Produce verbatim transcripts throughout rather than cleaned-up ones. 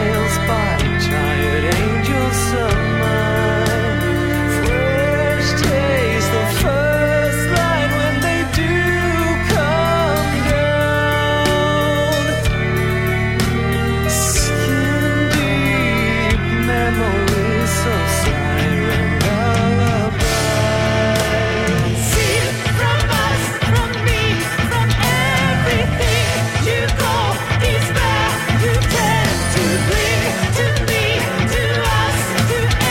trails by tired angels of mine. Fresh days, the first light when they do come down. Skin deep memories of siren lullaby. See from us, from me, from everything you go is where you tend to bring to me, to us, to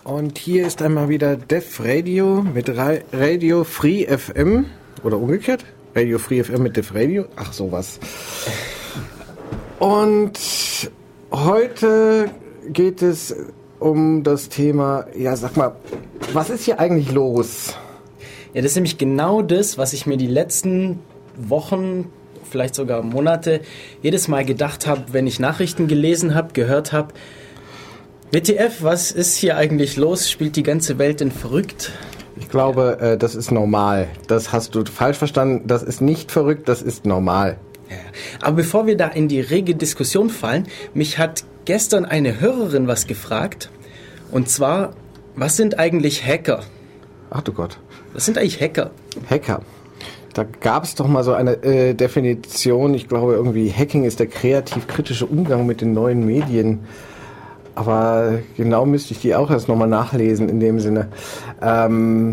Und hier ist einmal wieder Def Radio mit Ra- Radio Free F M. Oder umgekehrt? Radio Free F M mit Def Radio. Ach, sowas. Und heute geht es um das Thema, ja, sag mal, was ist hier eigentlich los? Ja, das ist nämlich genau das, was ich mir die letzten Wochen, vielleicht sogar Monate, jedes Mal gedacht habe, wenn ich Nachrichten gelesen habe, gehört habe. W T F, was ist hier eigentlich los? Spielt die ganze Welt denn verrückt? Ich glaube, äh, das ist normal. Das hast du falsch verstanden. Das ist nicht verrückt, das ist normal. Ja. Aber bevor wir da in die rege Diskussion fallen, mich hat gestern eine Hörerin was gefragt. Und zwar, was sind eigentlich Hacker? Ach du Gott. Was sind eigentlich Hacker? Hacker. Da gab es doch mal so eine äh, Definition. Ich glaube irgendwie, Hacking ist der kreativ-kritische Umgang mit den neuen Medien. Aber genau müsste ich die auch erst nochmal nachlesen in dem Sinne. Ähm,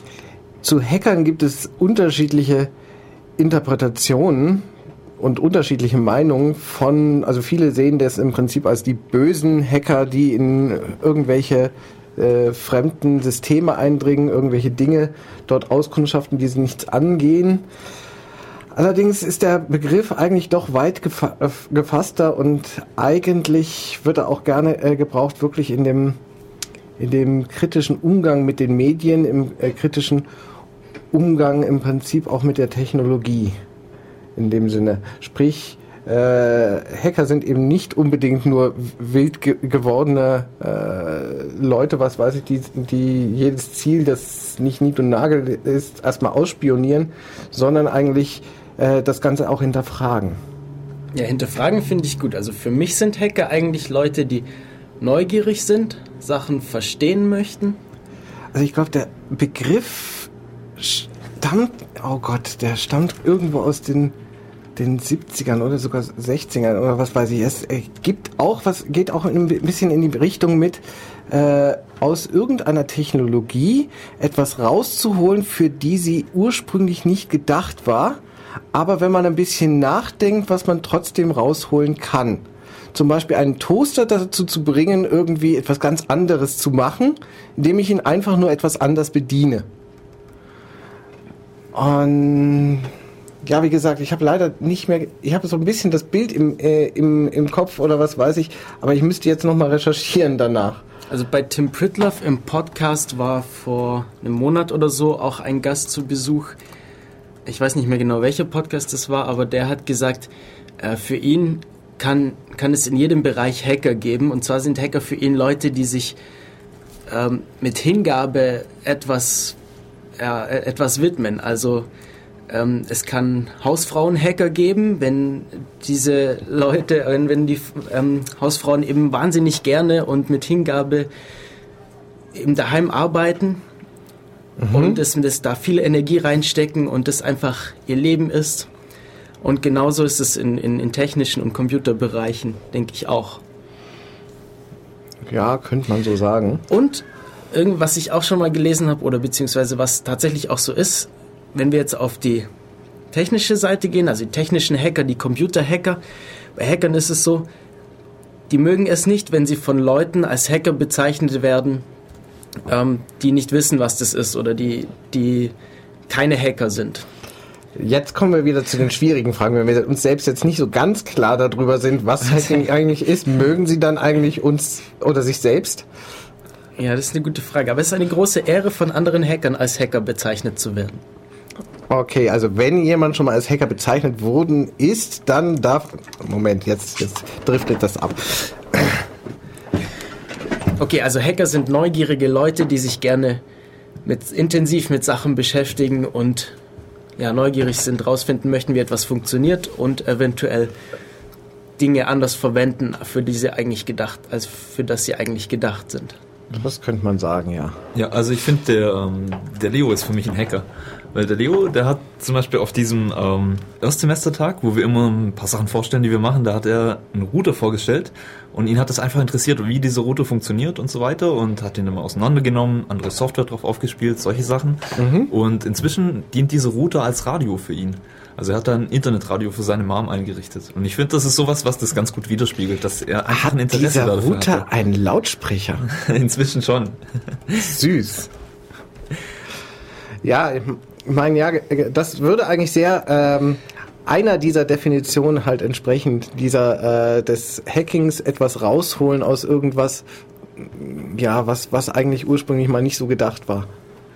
zu Hackern gibt es unterschiedliche Interpretationen und unterschiedliche Meinungen von, also viele sehen das im Prinzip als die bösen Hacker, die in irgendwelche äh, fremden Systeme eindringen, irgendwelche Dinge dort auskundschaften, die sie nichts angehen. Allerdings ist der Begriff eigentlich doch weit gefa- äh, gefasster und eigentlich wird er auch gerne äh, gebraucht, wirklich in dem, in dem kritischen Umgang mit den Medien, im äh, kritischen Umgang im Prinzip auch mit der Technologie. In dem Sinne. Sprich, äh, Hacker sind eben nicht unbedingt nur wild ge- gewordene äh, Leute, was weiß ich, die, die jedes Ziel, das nicht Niet und Nagel ist, erstmal ausspionieren, sondern eigentlich äh, das Ganze auch hinterfragen. Ja, hinterfragen finde ich gut. Also für mich sind Hacker eigentlich Leute, die neugierig sind, Sachen verstehen möchten. Also ich glaube, der Begriff stammt, oh Gott, der stammt irgendwo aus den den siebzigern oder sogar sechzigern oder was weiß ich. Es äh, gibt auch was, geht auch ein bisschen in die Richtung mit, äh, aus irgendeiner Technologie etwas rauszuholen, für die sie ursprünglich nicht gedacht war, aber wenn man ein bisschen nachdenkt, was man trotzdem rausholen kann. Zum Beispiel einen Toaster dazu zu bringen, irgendwie etwas ganz anderes zu machen, indem ich ihn einfach nur etwas anders bediene. Und ja, wie gesagt, ich habe leider nicht mehr, ich habe so ein bisschen das Bild im, äh, im, im Kopf oder was weiß ich, aber ich müsste jetzt nochmal recherchieren danach. Also bei Tim Pritloff im Podcast war vor einem Monat oder so auch ein Gast zu Besuch. Ich weiß nicht mehr genau, welcher Podcast das war, aber der hat gesagt, äh, für ihn kann, kann es in jedem Bereich Hacker geben. Und zwar sind Hacker für ihn Leute, die sich ähm, mit Hingabe etwas, äh, etwas widmen. Also Ähm, es kann Hausfrauen-Hacker geben, wenn diese Leute, wenn, wenn die ähm, Hausfrauen eben wahnsinnig gerne und mit Hingabe eben daheim arbeiten mhm. und das, das da viel Energie reinstecken und das einfach ihr Leben ist. Und genauso ist es in, in, in technischen und Computerbereichen, denke ich auch. Ja, könnte man so sagen. Und irgendwas ich auch schon mal gelesen habe oder beziehungsweise was tatsächlich auch so ist, wenn wir jetzt auf die technische Seite gehen, also die technischen Hacker, die Computerhacker, bei Hackern ist es so, die mögen es nicht, wenn sie von Leuten als Hacker bezeichnet werden, ähm, die nicht wissen, was das ist oder die, die keine Hacker sind. Jetzt kommen wir wieder zu den schwierigen Fragen. Wenn wir uns selbst jetzt nicht so ganz klar darüber sind, was Hacking eigentlich ist, mögen sie dann eigentlich uns oder sich selbst? Ja, das ist eine gute Frage. Aber es ist eine große Ehre, von anderen Hackern als Hacker bezeichnet zu werden. Okay, also wenn jemand schon mal als Hacker bezeichnet worden ist, dann darf... Moment, jetzt, jetzt driftet das ab. Okay, also Hacker sind neugierige Leute, die sich gerne mit, intensiv mit Sachen beschäftigen und ja, neugierig sind, rausfinden möchten, wie etwas funktioniert und eventuell Dinge anders verwenden, für die sie eigentlich gedacht, als für das sie eigentlich gedacht sind. Das könnte man sagen, ja. Ja, also ich finde, der, ähm, der Leo ist für mich ein Hacker. Weil der Leo, der hat zum Beispiel auf diesem ähm, Erstsemestertag, wo wir immer ein paar Sachen vorstellen, die wir machen, da hat er einen Router vorgestellt und ihn hat das einfach interessiert, wie diese Router funktioniert und so weiter und hat den immer auseinandergenommen, andere Software drauf aufgespielt, solche Sachen. Mhm. Und inzwischen dient diese Router als Radio für ihn. Also er hat da ein Internetradio für seine Mom eingerichtet. Und ich finde, das ist sowas, was das ganz gut widerspiegelt, dass er einfach ein Interesse dieser dafür Router hatte. einen Lautsprecher? Inzwischen schon. Süß. Ja, ich meine, ja, das würde eigentlich sehr ähm, einer dieser Definitionen halt entsprechend, dieser äh, des Hackings etwas rausholen aus irgendwas, ja, was, was eigentlich ursprünglich mal nicht so gedacht war.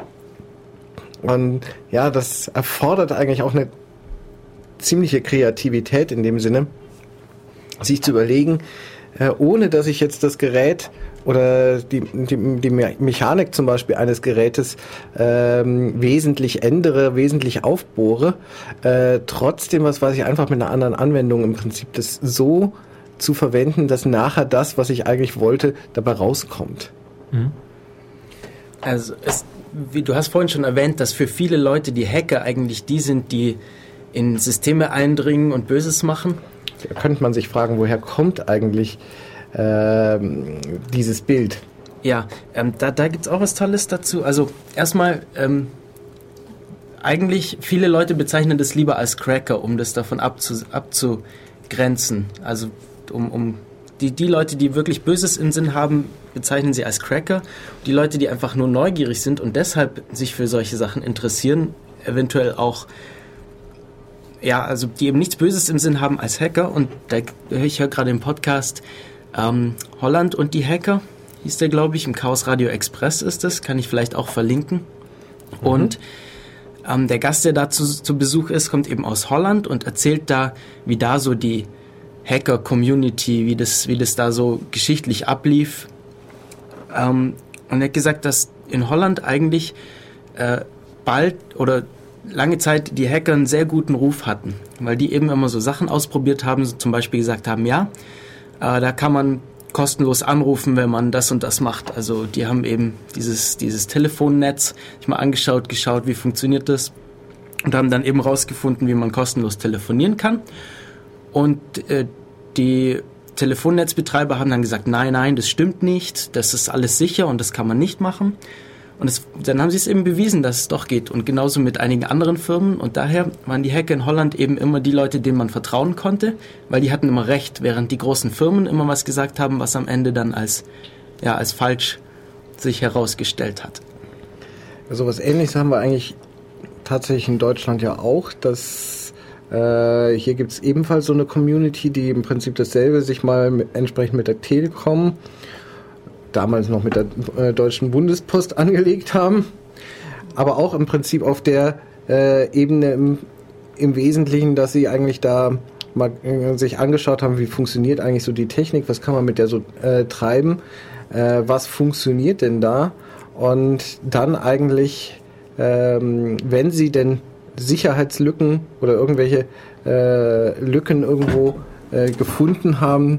Und ja, das erfordert eigentlich auch eine ziemliche Kreativität in dem Sinne, sich zu überlegen, äh, ohne dass ich jetzt das Gerät oder die, die, die Mechanik zum Beispiel eines Gerätes ähm, wesentlich ändere, wesentlich aufbohre, äh, trotzdem, was weiß ich, einfach mit einer anderen Anwendung im Prinzip das so zu verwenden, dass nachher das, was ich eigentlich wollte, dabei rauskommt. Mhm. Also es, wie du hast vorhin schon erwähnt, dass für viele Leute die Hacker eigentlich die sind, die in Systeme eindringen und Böses machen. Da könnte man sich fragen, woher kommt eigentlich ähm, dieses Bild? Ja, ähm, da, da gibt es auch was Tolles dazu. Also erstmal, ähm, eigentlich viele Leute bezeichnen das lieber als Cracker, um das davon abzu, abzugrenzen. Also um, um die, die Leute, die wirklich Böses im Sinn haben, bezeichnen sie als Cracker. Die Leute, die einfach nur neugierig sind und deshalb sich für solche Sachen interessieren, eventuell auch, ja, also die eben nichts Böses im Sinn haben als Hacker. Und da höre ich ja gerade im Podcast ähm, Holland und die Hacker, hieß der, glaube ich, im Chaos Radio Express ist das, kann ich vielleicht auch verlinken. Mhm. Und ähm, der Gast, der da zu, zu Besuch ist, kommt eben aus Holland und erzählt da, wie da so die Hacker-Community, wie das, wie das da so geschichtlich ablief. Ähm, und er hat gesagt, dass in Holland eigentlich äh, bald oder lange Zeit die Hacker einen sehr guten Ruf hatten, weil die eben immer so Sachen ausprobiert haben, so zum Beispiel gesagt haben, ja, äh, da kann man kostenlos anrufen, wenn man das und das macht. Also die haben eben dieses, dieses Telefonnetz sich mal angeschaut, geschaut, wie funktioniert das und haben dann eben rausgefunden, wie man kostenlos telefonieren kann. Und äh, die Telefonnetzbetreiber haben dann gesagt, nein, nein, das stimmt nicht, das ist alles sicher und das kann man nicht machen. Und es, dann haben sie es eben bewiesen, dass es doch geht. Und genauso mit einigen anderen Firmen. Und daher waren die Hacker in Holland eben immer die Leute, denen man vertrauen konnte, weil die hatten immer recht, während die großen Firmen immer was gesagt haben, was am Ende dann als, ja, als falsch sich herausgestellt hat. So was Ähnliches haben wir eigentlich tatsächlich in Deutschland ja auch. Dass, äh, hier gibt es ebenfalls so eine Community, die im Prinzip dasselbe sich mal mit, entsprechend mit der Telekom, damals noch mit der äh, Deutschen Bundespost angelegt haben, aber auch im Prinzip auf der äh, Ebene im, im Wesentlichen, dass sie eigentlich da mal äh, sich angeschaut haben, wie funktioniert eigentlich so die Technik, was kann man mit der so äh, treiben, äh, was funktioniert denn da und dann eigentlich, ähm, wenn sie denn Sicherheitslücken oder irgendwelche äh, Lücken irgendwo äh, gefunden haben,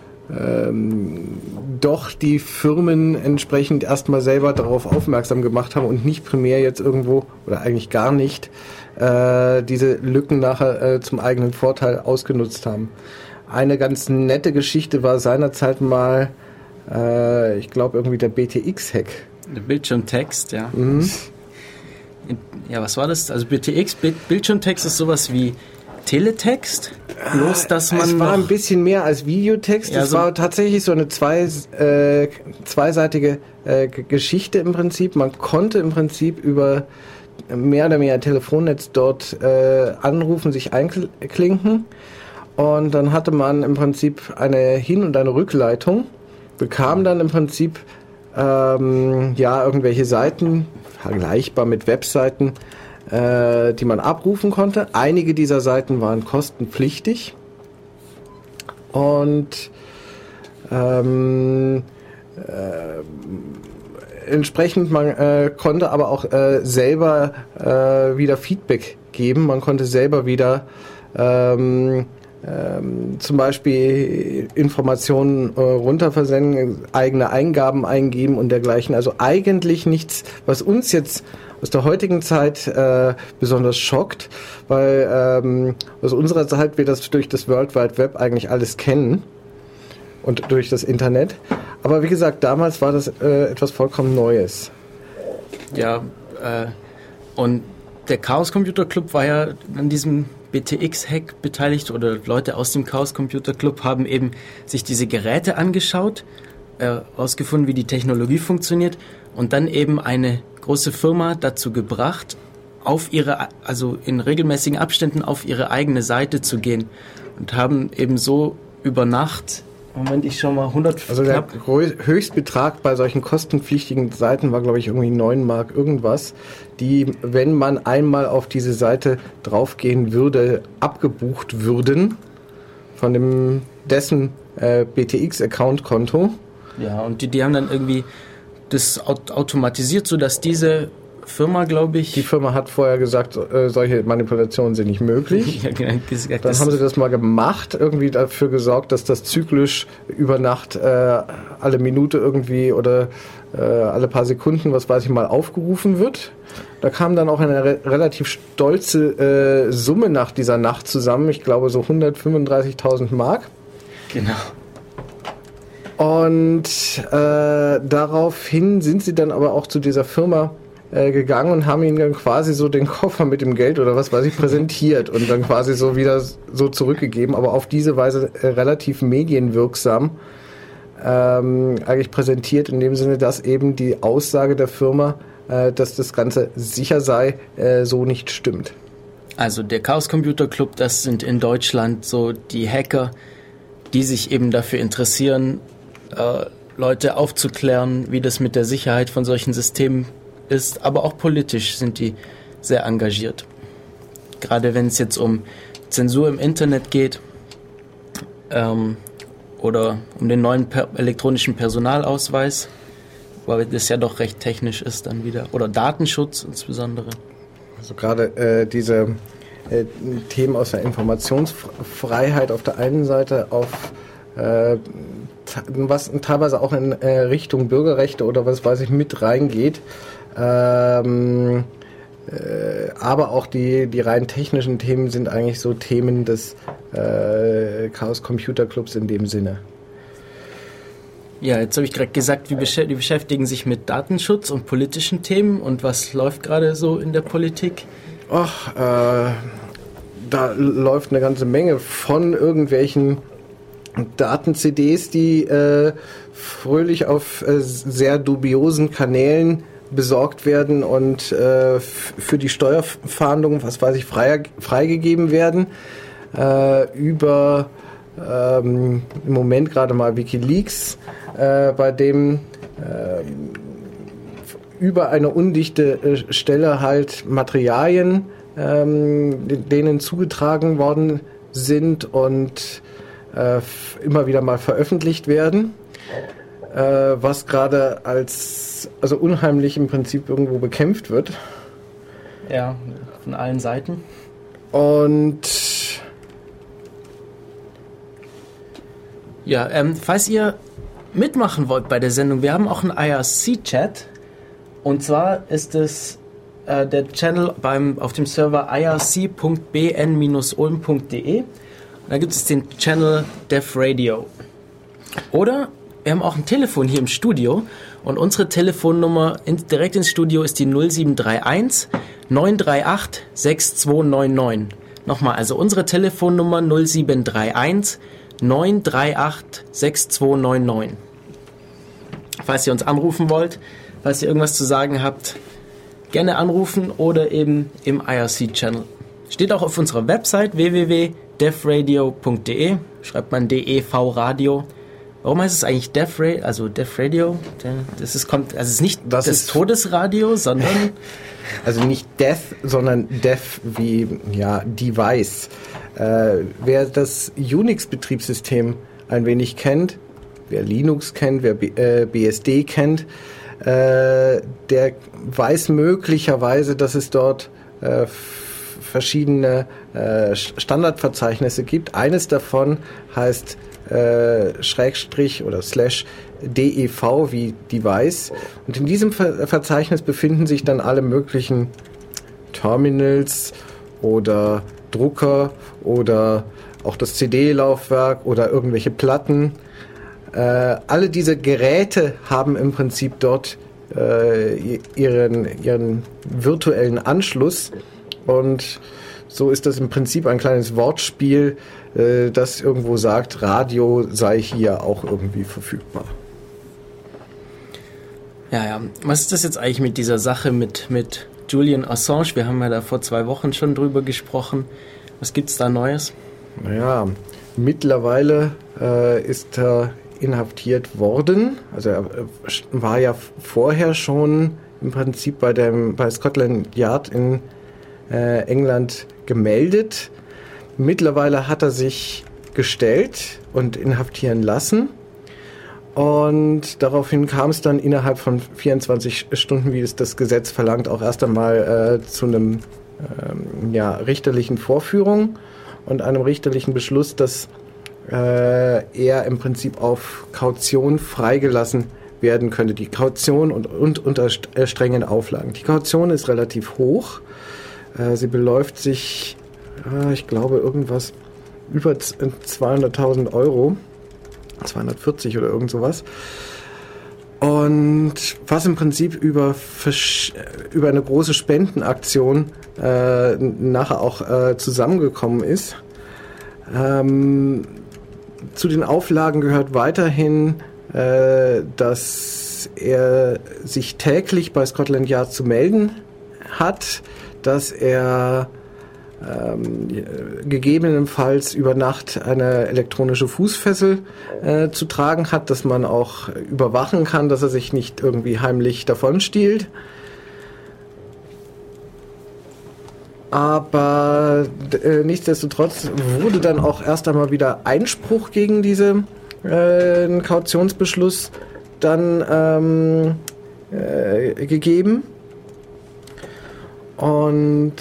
Ähm, doch die Firmen entsprechend erstmal selber darauf aufmerksam gemacht haben und nicht primär jetzt irgendwo oder eigentlich gar nicht äh, diese Lücken nachher äh, zum eigenen Vorteil ausgenutzt haben. Eine ganz nette Geschichte war seinerzeit mal, äh, ich glaube irgendwie der B T X-Hack. Der Bildschirmtext, ja. Mhm. Ja, was war das? Also B T X, Bildschirmtext ist sowas wie Teletext, bloß dass man es war noch ein bisschen mehr als Videotext. Ja, es so war tatsächlich so eine zwei, äh, zweiseitige äh, G- Geschichte im Prinzip. Man konnte im Prinzip über mehr oder weniger Telefonnetz dort äh, anrufen, sich einklinken und dann hatte man im Prinzip eine Hin- und eine Rückleitung, bekam dann im Prinzip ähm, ja irgendwelche Seiten, vergleichbar mit Webseiten, die man abrufen konnte. Einige dieser Seiten waren kostenpflichtig und ähm, äh, entsprechend man äh, konnte aber auch äh, selber äh, wieder Feedback geben. Man konnte selber wieder ähm, ähm, zum Beispiel Informationen äh, runterversenden, eigene Eingaben eingeben und dergleichen. Also eigentlich nichts, was uns jetzt aus der heutigen Zeit äh, besonders schockt, weil ähm, aus unserer Zeit wir das durch das World Wide Web eigentlich alles kennen und durch das Internet. Aber wie gesagt, damals war das äh, etwas vollkommen Neues. Ja, äh, und der Chaos Computer Club war ja an diesem B T X-Hack beteiligt oder Leute aus dem Chaos Computer Club haben eben sich diese Geräte angeschaut, herausgefunden, wie die Technologie funktioniert und dann eben eine große Firma dazu gebracht, auf ihre, also in regelmäßigen Abständen auf ihre eigene Seite zu gehen und haben eben so über Nacht, Moment, ich schau mal, hundert Also der knapp, grö- Höchstbetrag bei solchen kostenpflichtigen Seiten war, glaube ich, irgendwie neun Mark irgendwas, die, wenn man einmal auf diese Seite draufgehen würde, abgebucht würden von dem dessen äh, B T X-Account-Konto. ja, und die, die haben dann irgendwie das aut- automatisiert, sodass diese Firma, glaube ich, Die Firma hat vorher gesagt, äh, solche Manipulationen sind nicht möglich. ja, genau, gesagt, Dann das- haben sie das mal gemacht, irgendwie dafür gesorgt, dass das zyklisch über Nacht äh, alle Minute irgendwie oder äh, alle paar Sekunden, was weiß ich mal, aufgerufen wird. Da kam dann auch eine re- relativ stolze äh, Summe nach dieser Nacht zusammen. Ich glaube so hundertfünfunddreißigtausend Mark. genau. Und äh, daraufhin sind sie dann aber auch zu dieser Firma äh, gegangen und haben ihnen dann quasi so den Koffer mit dem Geld oder was weiß ich präsentiert und dann quasi so wieder so zurückgegeben, aber auf diese Weise äh, relativ medienwirksam ähm, eigentlich präsentiert, in dem Sinne, dass eben die Aussage der Firma, äh, dass das Ganze sicher sei, äh, so nicht stimmt. Also der Chaos Computer Club, das sind in Deutschland so die Hacker, die sich eben dafür interessieren, äh, Leute aufzuklären, wie das mit der Sicherheit von solchen Systemen ist, aber auch politisch sind die sehr engagiert. Gerade wenn es jetzt um Zensur im Internet geht ähm, oder um den neuen per- elektronischen Personalausweis, weil das ja doch recht technisch ist dann wieder, oder Datenschutz insbesondere. Also gerade äh, diese äh, Themen aus der Informationsfreiheit auf der einen Seite, auf äh, ta- was teilweise auch in äh, Richtung Bürgerrechte oder was weiß ich mit reingeht, ähm, äh, aber auch die, die rein technischen Themen sind eigentlich so Themen des äh, Chaos Computer Clubs in dem Sinne. Ja, jetzt habe ich gerade gesagt, wir beschä- die beschäftigen sich mit Datenschutz und politischen Themen und was läuft gerade so in der Politik? Ach, äh, da läuft eine ganze Menge von irgendwelchen Daten-C Ds, die äh, fröhlich auf äh, sehr dubiosen Kanälen besorgt werden und äh, f- für die Steuerfahndung, was weiß ich, frei, freigegeben werden. Äh, über ähm, im Moment gerade mal WikiLeaks, äh, bei dem äh, über eine undichte äh, Stelle halt Materialien ähm, denen zugetragen worden sind und äh, f- immer wieder mal veröffentlicht werden, äh, was gerade als also unheimlich im Prinzip irgendwo bekämpft wird. Ja, von allen Seiten. Und Ja, ähm, falls ihr mitmachen wollt bei der Sendung, wir haben auch einen I R C-Chat. Und zwar ist es äh, der Channel beim, auf dem Server i r c punkt b n dash ulm punkt d e. Und da gibt es den Channel Dev Radio. Oder wir haben auch ein Telefon hier im Studio. Und unsere Telefonnummer in, direkt ins Studio ist die null sieben drei eins neun drei acht sechs zwei neun neun. Nochmal, also unsere Telefonnummer null sieben drei eins neun drei acht sechs zwei neun neun. Falls ihr uns anrufen wollt, falls ihr irgendwas zu sagen habt, gerne anrufen oder eben im I R C-Channel. Steht auch auf unserer Website w w w punkt dev radio punkt d e. Schreibt man D E V Radio. Warum heißt es eigentlich Dev Radio? Also Dev Radio, das ist, kommt, also es ist nicht Das das, ist- Todesradio, sondern also nicht Death, sondern Dev wie ja Device. Äh, wer das Unix-Betriebssystem ein wenig kennt, wer Linux kennt, wer B, äh, B S D kennt, äh, der weiß möglicherweise, dass es dort äh, f- verschiedene äh, Standardverzeichnisse gibt. Eines davon heißt äh, Schrägstrich oder Slash D E V wie Device. Und in diesem Ver Verzeichnis befinden sich dann alle möglichen Terminals oder Drucker oder auch das C D-Laufwerk oder irgendwelche Platten. Äh, alle diese Geräte haben im Prinzip dort äh, ihren, ihren virtuellen Anschluss und so ist das im Prinzip ein kleines Wortspiel, äh, das irgendwo sagt, Radio sei hier auch irgendwie verfügbar. Ja, ja. Was ist das jetzt eigentlich mit dieser Sache mit, mit Julian Assange? Wir haben ja da vor zwei Wochen schon drüber gesprochen. Was gibt's da Neues? Naja, mittlerweile äh, ist er inhaftiert worden. Also er war ja vorher schon im Prinzip bei dem bei Scotland Yard in äh, England gemeldet. Mittlerweile hat er sich gestellt und inhaftieren lassen. Und daraufhin kam es dann innerhalb von vierundzwanzig Stunden, wie es das Gesetz verlangt, auch erst einmal äh, zu einem ähm, ja, richterlichen Vorführung und einem richterlichen Beschluss, dass äh, er im Prinzip auf Kaution freigelassen werden könnte. Die Kaution und, und unter st- äh, strengen Auflagen. Die Kaution ist relativ hoch. Äh, sie beläuft sich, äh, ich glaube, irgendwas über zweihunderttausend Euro. zweihundertvierzig oder irgend sowas. Und was im Prinzip über, über eine große Spendenaktion äh, nachher auch äh, zusammengekommen ist. Ähm, zu den Auflagen gehört weiterhin, äh, dass er sich täglich bei Scotland Yard zu melden hat, dass er Ähm, gegebenenfalls über Nacht eine elektronische Fußfessel äh, zu tragen hat, dass man auch überwachen kann, dass er sich nicht irgendwie heimlich davonstiehlt. Aber äh, nichtsdestotrotz wurde dann auch erst einmal wieder Einspruch gegen diesen äh, Kautionsbeschluss dann ähm, äh, gegeben. Und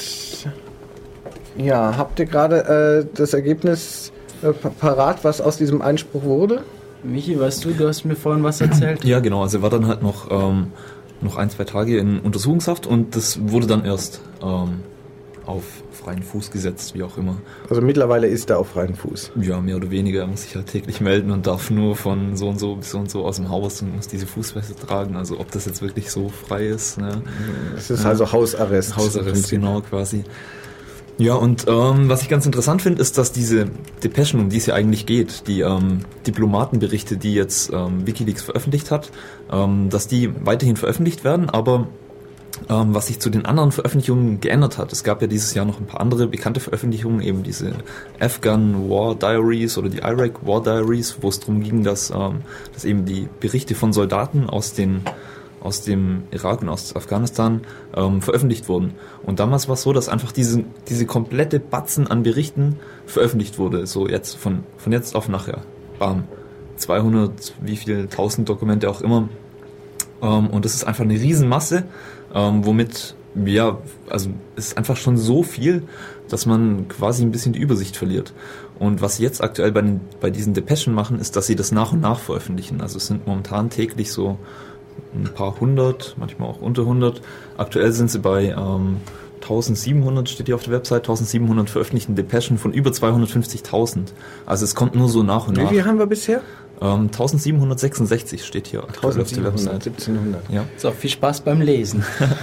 ja, habt ihr gerade äh, das Ergebnis äh, parat, was aus diesem Einspruch wurde? Michi, weißt du, du hast mir vorhin was erzählt? Ja, genau. Also er war dann halt noch, ähm, noch ein, zwei Tage in Untersuchungshaft und das wurde dann erst ähm, auf freien Fuß gesetzt, wie auch immer. Also mittlerweile ist er auf freien Fuß. Ja, mehr oder weniger. Er muss sich halt täglich melden und darf nur von so und so bis so und so aus dem Haus und muss diese Fußfessel tragen. Also ob das jetzt wirklich so frei ist. Ne? Es ist ja. Also Hausarrest. Hausarrest, genau, quasi. Ja, und ähm, was ich ganz interessant finde, ist, dass diese Depeschen, um die es ja eigentlich geht, die ähm, Diplomatenberichte, die jetzt ähm, WikiLeaks veröffentlicht hat, ähm, dass die weiterhin veröffentlicht werden, aber ähm, was sich zu den anderen Veröffentlichungen geändert hat, es gab ja dieses Jahr noch ein paar andere bekannte Veröffentlichungen, eben diese Afghan War Diaries oder die Iraq War Diaries, wo es darum ging, dass, ähm, dass eben die Berichte von Soldaten aus den aus dem Irak und aus Afghanistan ähm, veröffentlicht wurden. Und damals war es so, dass einfach diese, diese komplette Batzen an Berichten veröffentlicht wurde. So jetzt, von, von jetzt auf nachher. Bam. zweihundert, wie viel, tausend Dokumente auch immer. Ähm, und das ist einfach eine Riesenmasse, ähm, womit, ja, also es ist einfach schon so viel, dass man quasi ein bisschen die Übersicht verliert. Und was sie jetzt aktuell bei, den, bei diesen Depeschen machen, ist, dass sie das nach und nach veröffentlichen. Also es sind momentan täglich so ein paar hundert, manchmal auch unter hundert. Aktuell sind sie bei ähm, eintausendsiebenhundert, steht hier auf der Website, eintausendsiebenhundert veröffentlichten Depeschen von über zweihundertfünfzigtausend. Also es kommt nur so nach und nach. Wie viel haben wir bisher? Ähm, eintausendsiebenhundertsechsundsechzig steht hier aktuell auf der Website. siebzehnhundert. Ja. So, viel Spaß beim Lesen.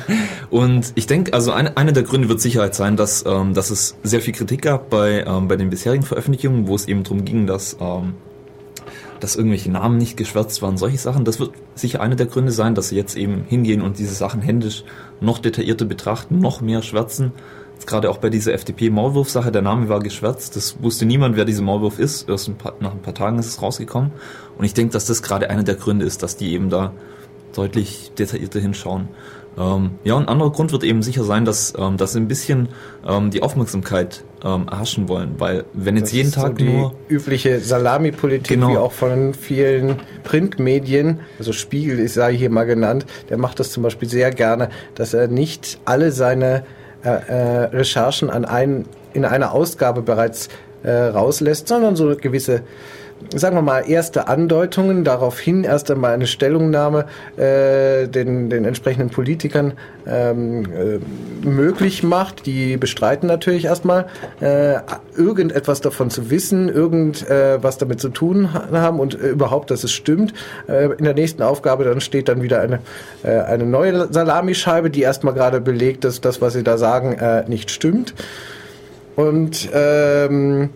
Und ich denke, also eine, eine der Gründe wird Sicherheit sein, dass, ähm, dass es sehr viel Kritik gab bei, ähm, bei den bisherigen Veröffentlichungen, wo es eben darum ging, dass ähm, dass irgendwelche Namen nicht geschwärzt waren, solche Sachen. Das wird sicher einer der Gründe sein, dass sie jetzt eben hingehen und diese Sachen händisch noch detaillierter betrachten, noch mehr schwärzen. Jetzt gerade auch bei dieser F D P-Maulwurf-Sache, der Name war geschwärzt, das wusste niemand, wer dieser Maulwurf ist. Erst ein paar, nach ein paar Tagen ist es rausgekommen. Und ich denke, dass das gerade einer der Gründe ist, dass die eben da deutlich detaillierter hinschauen. Ähm, ja, und ein anderer Grund wird eben sicher sein, dass, ähm, dass sie ein bisschen ähm, die Aufmerksamkeit ähm, erhaschen wollen, weil wenn jetzt das jeden ist Tag so die nur übliche Salami-Politik, Genau. wie auch von vielen Printmedien, also Spiegel ist sei hier mal genannt, der macht das zum Beispiel sehr gerne, dass er nicht alle seine äh, äh, Recherchen an ein, in einer Ausgabe bereits äh, rauslässt, sondern so gewisse, sagen wir mal, erste Andeutungen, daraufhin erst einmal eine Stellungnahme äh, den, den entsprechenden Politikern ähm, äh, möglich macht. Die bestreiten natürlich erstmal, äh, irgendetwas davon zu wissen, irgend äh, was damit zu tun haben und äh, überhaupt, dass es stimmt. Äh, in der nächsten Aufgabe dann steht dann wieder eine, äh, eine neue Salamischeibe, die erstmal gerade belegt, dass das, was sie da sagen, äh, nicht stimmt. Und ähm,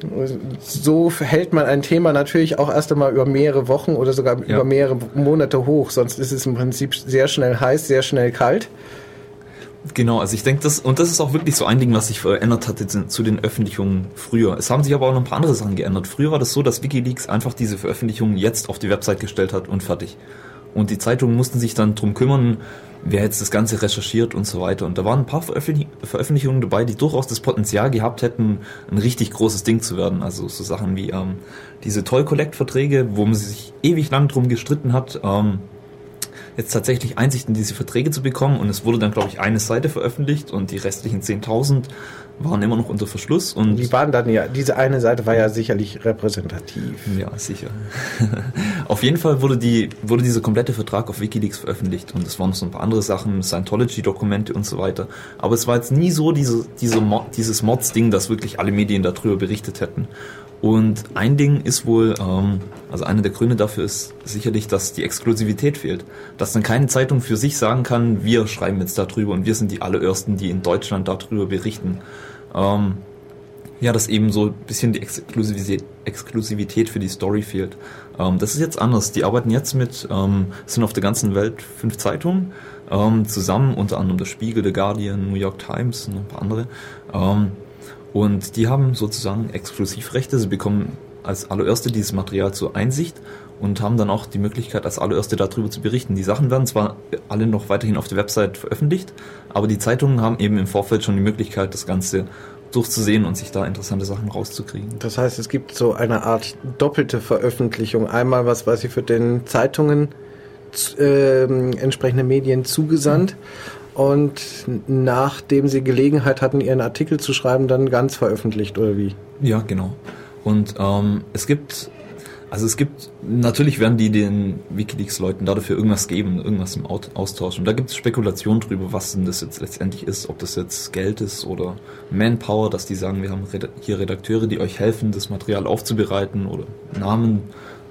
so hält man ein Thema natürlich auch erst einmal über mehrere Wochen oder sogar Ja. über mehrere Monate hoch. Sonst ist es im Prinzip sehr schnell heiß, sehr schnell kalt. Genau, also ich denke, das, und das ist auch wirklich so ein Ding, was sich verändert hat jetzt zu den Veröffentlichungen früher. Es haben sich aber auch noch ein paar andere Sachen geändert. Früher war das so, dass WikiLeaks einfach diese Veröffentlichungen jetzt auf die Website gestellt hat und fertig. Und die Zeitungen mussten sich dann drum kümmern, wer jetzt das Ganze recherchiert und so weiter. Und da waren ein paar Veröffentlich- Veröffentlichungen dabei, die durchaus das Potenzial gehabt hätten, ein richtig großes Ding zu werden. Also so Sachen wie ähm, diese Toll-Collect-Verträge, wo man sich ewig lang drum gestritten hat, ähm, jetzt tatsächlich Einsicht in diese Verträge zu bekommen. Und es wurde dann, glaube ich, eine Seite veröffentlicht und die restlichen zehntausend waren immer noch unter Verschluss. Und Die waren dann ja, diese eine Seite war ja sicherlich repräsentativ. ja, sicher. Auf jeden Fall wurde die wurde dieser komplette Vertrag auf WikiLeaks veröffentlicht und es waren noch so ein paar andere Sachen, Scientology-Dokumente und so weiter. Aber es war jetzt nie so diese, diese Mo- dieses Mods-Ding, dass wirklich alle Medien darüber berichtet hätten. Und ein Ding ist wohl, ähm, also einer der Gründe dafür ist sicherlich, dass die Exklusivität fehlt. Dass dann keine Zeitung für sich sagen kann, wir schreiben jetzt darüber und wir sind die allerersten, die in Deutschland darüber berichten. Ähm, ja, dass eben so ein bisschen die Exklusivität, Exklusivität für die Story fehlt. Ähm, das ist jetzt anders. Die arbeiten jetzt mit, ähm, sind auf der ganzen Welt fünf Zeitungen ähm, zusammen, unter anderem der Spiegel, der Guardian, New York Times und ein paar andere. Ähm, und die haben sozusagen Exklusivrechte. Sie bekommen als allererste dieses Material zur Einsicht und haben dann auch die Möglichkeit, als allererste darüber zu berichten. Die Sachen werden zwar alle noch weiterhin auf der Website veröffentlicht, aber die Zeitungen haben eben im Vorfeld schon die Möglichkeit, das Ganze durchzusehen und sich da interessante Sachen rauszukriegen. Das heißt, es gibt so eine Art doppelte Veröffentlichung. Einmal was, was sie für den Zeitungen äh, entsprechende Medien zugesandt und nachdem sie Gelegenheit hatten, ihren Artikel zu schreiben, dann ganz veröffentlicht, oder wie? Ja, genau. Und ähm, es gibt, also es gibt, natürlich werden die den WikiLeaks-Leuten dafür irgendwas geben, irgendwas im Austausch. Und da gibt es Spekulationen drüber, was denn das jetzt letztendlich ist, ob das jetzt Geld ist oder Manpower, dass die sagen, wir haben hier Redakteure, die euch helfen, das Material aufzubereiten oder Namen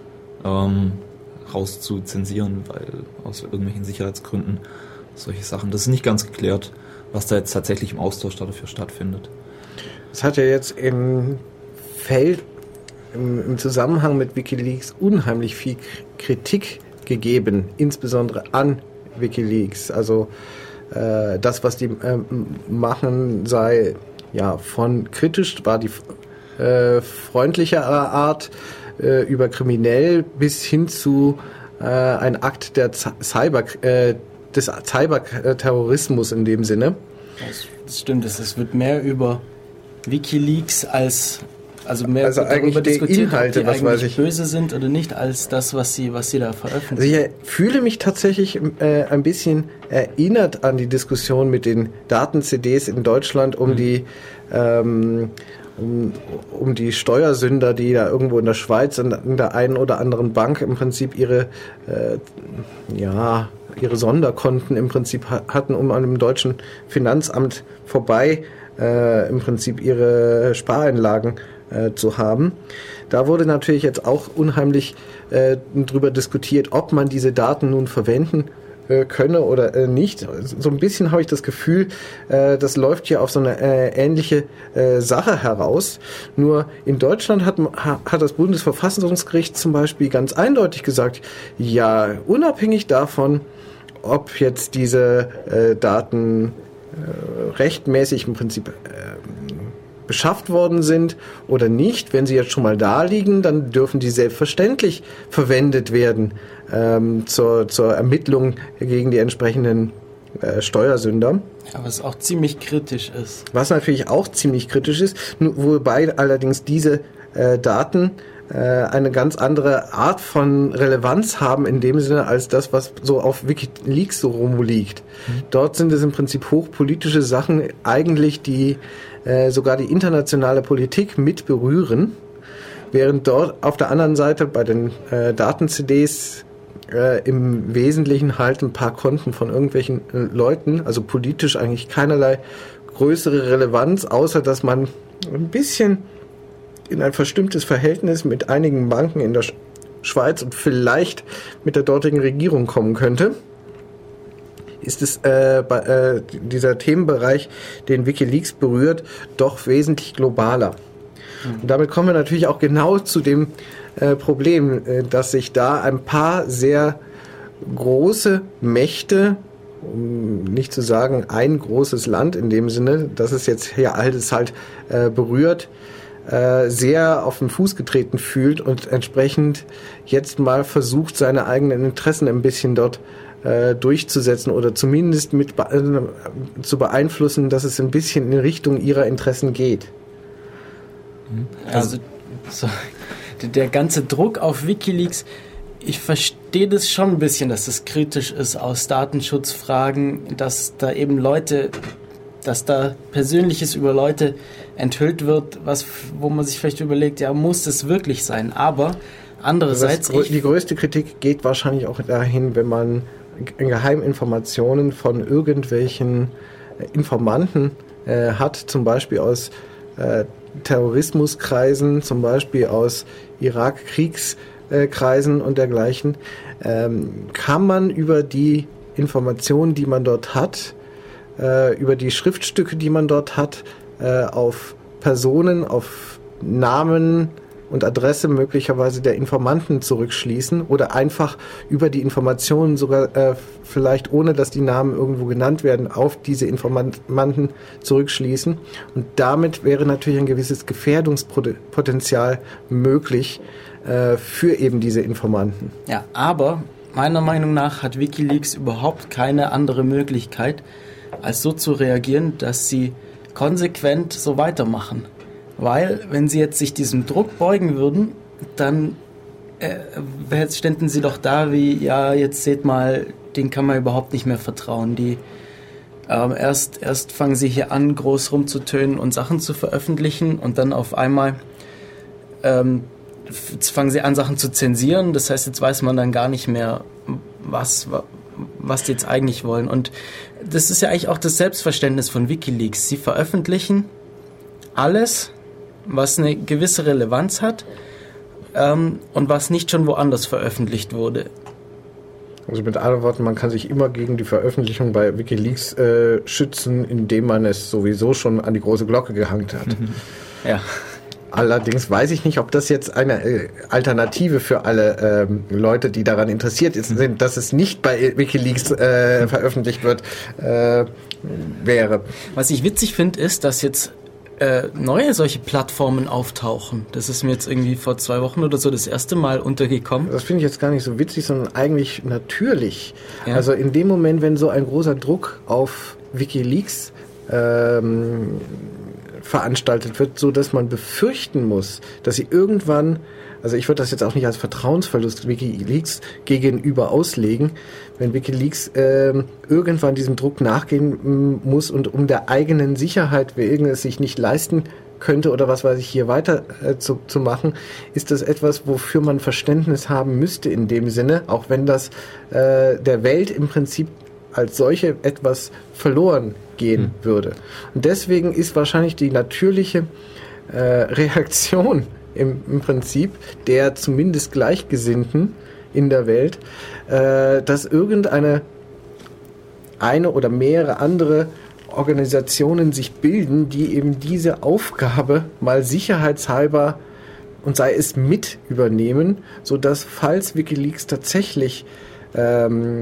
ähm, rauszuzensieren, weil aus irgendwelchen Sicherheitsgründen, solche Sachen. Das ist nicht ganz geklärt, was da jetzt tatsächlich im Austausch dafür stattfindet. Es hat ja jetzt im Feld, im, im Zusammenhang mit WikiLeaks unheimlich viel Kritik gegeben, insbesondere an WikiLeaks. Also äh, das, was die äh, machen, sei ja von kritisch, war die äh, freundlicherer Art, äh, über kriminell bis hin zu äh, ein Akt der Z- Cyber äh, des Cyberterrorismus in dem Sinne. Das, das stimmt, es es wird mehr über WikiLeaks als also mehr Also eigentlich darüber die diskutiert, Inhalte, ob die was weiß eigentlich ich. böse sind oder nicht, als das, was sie was sie da Also veröffentlichen. ich fühle mich tatsächlich äh, ein bisschen erinnert an die Diskussion mit den Daten-C Ds in Deutschland um mhm. die ähm, um, um die Steuersünder, die da irgendwo in der Schweiz in, in der einen oder anderen Bank im Prinzip ihre äh, ja ihre Sonderkonten im Prinzip ha- hatten, um an dem deutschen Finanzamt vorbei äh, im Prinzip ihre Spareinlagen äh, zu haben. Da wurde natürlich jetzt auch unheimlich äh, drüber diskutiert, ob man diese Daten nun verwenden äh, könne oder äh, nicht. So ein bisschen habe ich das Gefühl, äh, das läuft hier auf so eine äh, ähnliche äh, Sache heraus. Nur in Deutschland hat, hat das Bundesverfassungsgericht zum Beispiel ganz eindeutig gesagt, ja, unabhängig davon, ob jetzt diese äh, Daten äh, rechtmäßig im Prinzip äh, beschafft worden sind oder nicht, wenn sie jetzt schon mal da liegen, dann dürfen die selbstverständlich verwendet werden ähm, zur, zur Ermittlung gegen die entsprechenden äh, Steuersünder. Ja, was auch ziemlich kritisch ist. Was natürlich auch ziemlich kritisch ist, nur, wobei allerdings diese äh, Daten äh, eine ganz andere Art von Relevanz haben in dem Sinne als das, was so auf WikiLeaks so rumliegt. Mhm. Dort sind es im Prinzip hochpolitische Sachen eigentlich, die äh, sogar die internationale Politik mit berühren, während dort auf der anderen Seite bei den äh, Daten-C Ds äh, im Wesentlichen halt ein paar Konten von irgendwelchen äh, Leuten, also politisch eigentlich keinerlei größere Relevanz, außer dass man ein bisschen in ein verstimmtes Verhältnis mit einigen Banken in der Schweiz und vielleicht mit der dortigen Regierung kommen könnte, ist es äh, bei, äh, dieser Themenbereich, den WikiLeaks berührt, doch wesentlich globaler. Mhm. Und damit kommen wir natürlich auch genau zu dem äh, Problem, äh, dass sich da ein paar sehr große Mächte, um nicht zu sagen ein großes Land in dem Sinne, dass es jetzt hier alles halt äh, berührt, äh, sehr auf den Fuß getreten fühlt und entsprechend jetzt mal versucht, seine eigenen Interessen ein bisschen dort äh, durchzusetzen oder zumindest mit be- äh, zu beeinflussen, dass es ein bisschen in Richtung ihrer Interessen geht. Also so, der ganze Druck auf WikiLeaks, ich verstehe das schon ein bisschen, dass das kritisch ist aus Datenschutzfragen, dass da eben Leute, dass da Persönliches über Leute enthüllt wird, was, wo man sich vielleicht überlegt, ja, muss das wirklich sein? Aber andererseits... Das, die größte Kritik geht wahrscheinlich auch dahin, wenn man Geheiminformationen von irgendwelchen Informanten äh, hat, zum Beispiel aus äh, Terrorismuskreisen, zum Beispiel aus Irak-Kriegskreisen und dergleichen, ähm, kann man über die Informationen, die man dort hat, äh, über die Schriftstücke, die man dort hat, äh, auf Personen, auf Namen und Adresse möglicherweise der Informanten zurückschließen oder einfach über die Informationen sogar äh, vielleicht ohne, dass die Namen irgendwo genannt werden, auf diese Informanten zurückschließen. Und damit wäre natürlich ein gewisses Gefährdungspotenzial möglich äh, für eben diese Informanten. Ja, aber meiner Meinung nach hat WikiLeaks überhaupt keine andere Möglichkeit, als so zu reagieren, dass sie konsequent so weitermachen. Weil, wenn sie jetzt sich diesem Druck beugen würden, dann äh, ständen sie doch da wie, ja, jetzt seht mal, denen kann man überhaupt nicht mehr vertrauen. Die ähm, erst, erst fangen sie hier an, groß rumzutönen und Sachen zu veröffentlichen und dann auf einmal ähm, f- fangen sie an, Sachen zu zensieren. Das heißt, jetzt weiß man dann gar nicht mehr, was, was die jetzt eigentlich wollen. Und das ist ja eigentlich auch das Selbstverständnis von WikiLeaks. Sie veröffentlichen alles, was eine gewisse Relevanz hat ähm, und was nicht schon woanders veröffentlicht wurde. Also mit anderen Worten, man kann sich immer gegen die Veröffentlichung bei WikiLeaks äh, schützen, indem man es sowieso schon an die große Glocke gehangen hat. Ja. Allerdings weiß ich nicht, ob das jetzt eine äh, Alternative für alle ähm, Leute, die daran interessiert sind, dass es nicht bei WikiLeaks äh, veröffentlicht wird, äh, wäre. Was ich witzig finde, ist, dass jetzt äh, neue solche Plattformen auftauchen. Das ist mir jetzt irgendwie vor zwei Wochen oder so das erste Mal untergekommen. Das finde ich jetzt gar nicht so witzig, sondern eigentlich natürlich. Ja. Also in dem Moment, wenn so ein großer Druck auf WikiLeaks ähm, veranstaltet wird, so dass man befürchten muss, dass sie irgendwann, also ich würde das jetzt auch nicht als Vertrauensverlust WikiLeaks gegenüber auslegen, wenn WikiLeaks äh, irgendwann diesem Druck nachgehen muss und um der eigenen Sicherheit, wegen es sich nicht leisten könnte oder was weiß ich, hier weiter äh, zu, zu machen, ist das etwas, wofür man Verständnis haben müsste in dem Sinne, auch wenn das äh, der Welt im Prinzip als solche etwas verloren gehen mhm. würde. Und deswegen ist wahrscheinlich die natürliche äh, Reaktion im, im Prinzip der zumindest Gleichgesinnten in der Welt, äh, dass irgendeine eine oder mehrere andere Organisationen sich bilden, die eben diese Aufgabe mal sicherheitshalber und sei es mit übernehmen, sodass falls WikiLeaks tatsächlich ähm,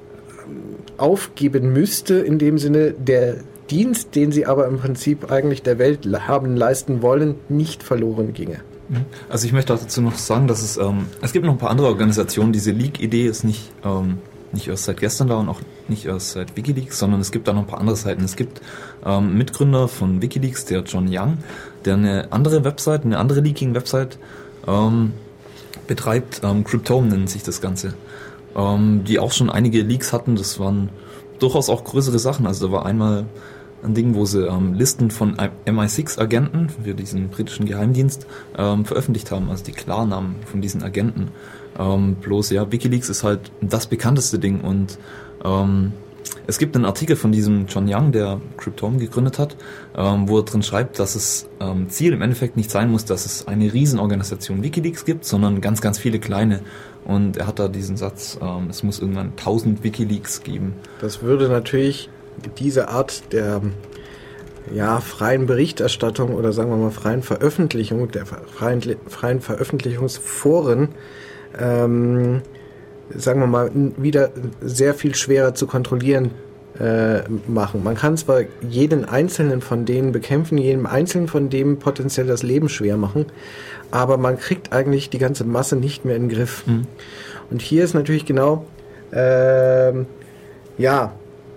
aufgeben müsste, in dem Sinne der Dienst, den sie aber im Prinzip eigentlich der Welt haben leisten wollen, nicht verloren ginge. Also ich möchte dazu noch sagen, dass es ähm, es gibt noch ein paar andere Organisationen. Diese Leak-Idee ist nicht ähm, nicht erst seit gestern da und auch nicht erst seit WikiLeaks, sondern es gibt da noch ein paar andere Seiten. Es gibt ähm, Mitgründer von WikiLeaks, der John Young, der eine andere Website, eine andere Leaking-Website ähm, betreibt. Ähm, Cryptome nennt sich das Ganze. Ähm, die auch schon einige Leaks hatten. Das waren durchaus auch größere Sachen. Also da war einmal ein Ding, wo sie ähm, Listen von M I sechs Agenten für diesen britischen Geheimdienst ähm, veröffentlicht haben, also die Klarnamen von diesen Agenten. Ähm, bloß ja, WikiLeaks ist halt das bekannteste Ding und ähm, Es gibt einen Artikel von diesem John Young, der Cryptome gegründet hat, ähm, wo er drin schreibt, dass es ähm, Ziel im Endeffekt nicht sein muss, dass es eine Riesenorganisation WikiLeaks gibt, sondern ganz, ganz viele kleine. Und er hat da diesen Satz, ähm, es muss irgendwann tausend WikiLeaks geben. Das würde natürlich diese Art der ja, freien Berichterstattung oder sagen wir mal freien Veröffentlichung, der freien, freien Veröffentlichungsforen, ähm, sagen wir mal, wieder sehr viel schwerer zu kontrollieren äh, machen. Man kann zwar jeden einzelnen von denen bekämpfen, jedem einzelnen von denen potenziell das Leben schwer machen, aber man kriegt eigentlich die ganze Masse nicht mehr in den Griff. Mhm. Und hier ist natürlich genau, äh, ja,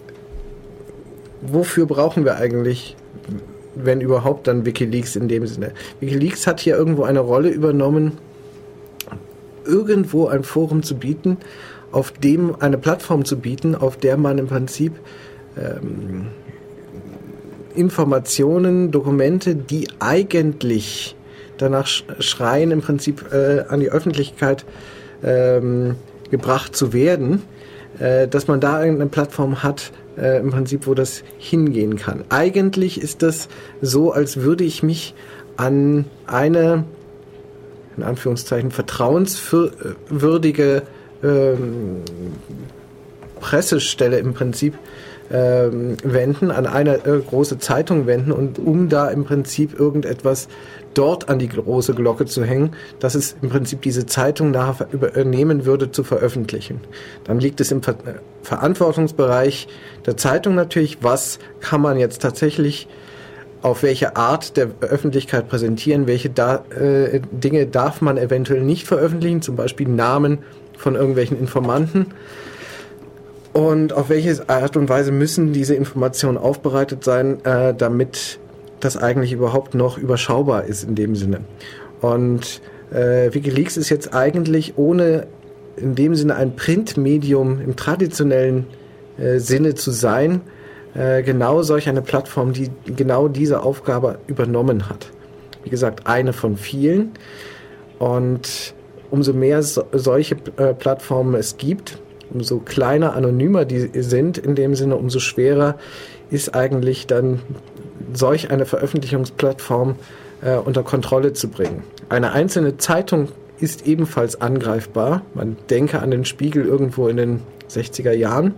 wofür brauchen wir eigentlich, wenn überhaupt, dann WikiLeaks in dem Sinne? WikiLeaks hat hier irgendwo eine Rolle übernommen, irgendwo ein Forum zu bieten, auf dem eine Plattform zu bieten, auf der man im Prinzip ähm, Informationen, Dokumente, die eigentlich danach schreien, im Prinzip äh, an die Öffentlichkeit ähm, gebracht zu werden, äh, dass man da eine Plattform hat, äh, im Prinzip, wo das hingehen kann. Eigentlich ist das so, als würde ich mich an eine in Anführungszeichen vertrauenswürdige ähm, Pressestelle im Prinzip ähm, wenden, an eine äh, große Zeitung wenden und um da im Prinzip irgendetwas dort an die große Glocke zu hängen, dass es im Prinzip diese Zeitung nachher übernehmen würde, zu veröffentlichen. Dann liegt es im Ver- Verantwortungsbereich der Zeitung natürlich, was kann man jetzt tatsächlich auf welche Art der Öffentlichkeit präsentieren, welche da, äh, Dinge darf man eventuell nicht veröffentlichen, zum Beispiel Namen von irgendwelchen Informanten, und auf welche Art und Weise müssen diese Informationen aufbereitet sein, äh, damit das eigentlich überhaupt noch überschaubar ist in dem Sinne. Und äh, WikiLeaks ist jetzt eigentlich ohne in dem Sinne ein Printmedium im traditionellen äh, Sinne zu sein, genau solch eine Plattform, die genau diese Aufgabe übernommen hat. Wie gesagt, eine von vielen. Und umso mehr so, solche äh, Plattformen es gibt, umso kleiner, anonymer die sind, in dem Sinne, umso schwerer ist eigentlich dann solch eine Veröffentlichungsplattform äh, unter Kontrolle zu bringen. Eine einzelne Zeitung ist ebenfalls angreifbar. Man denke an den Spiegel irgendwo in den sechziger Jahren,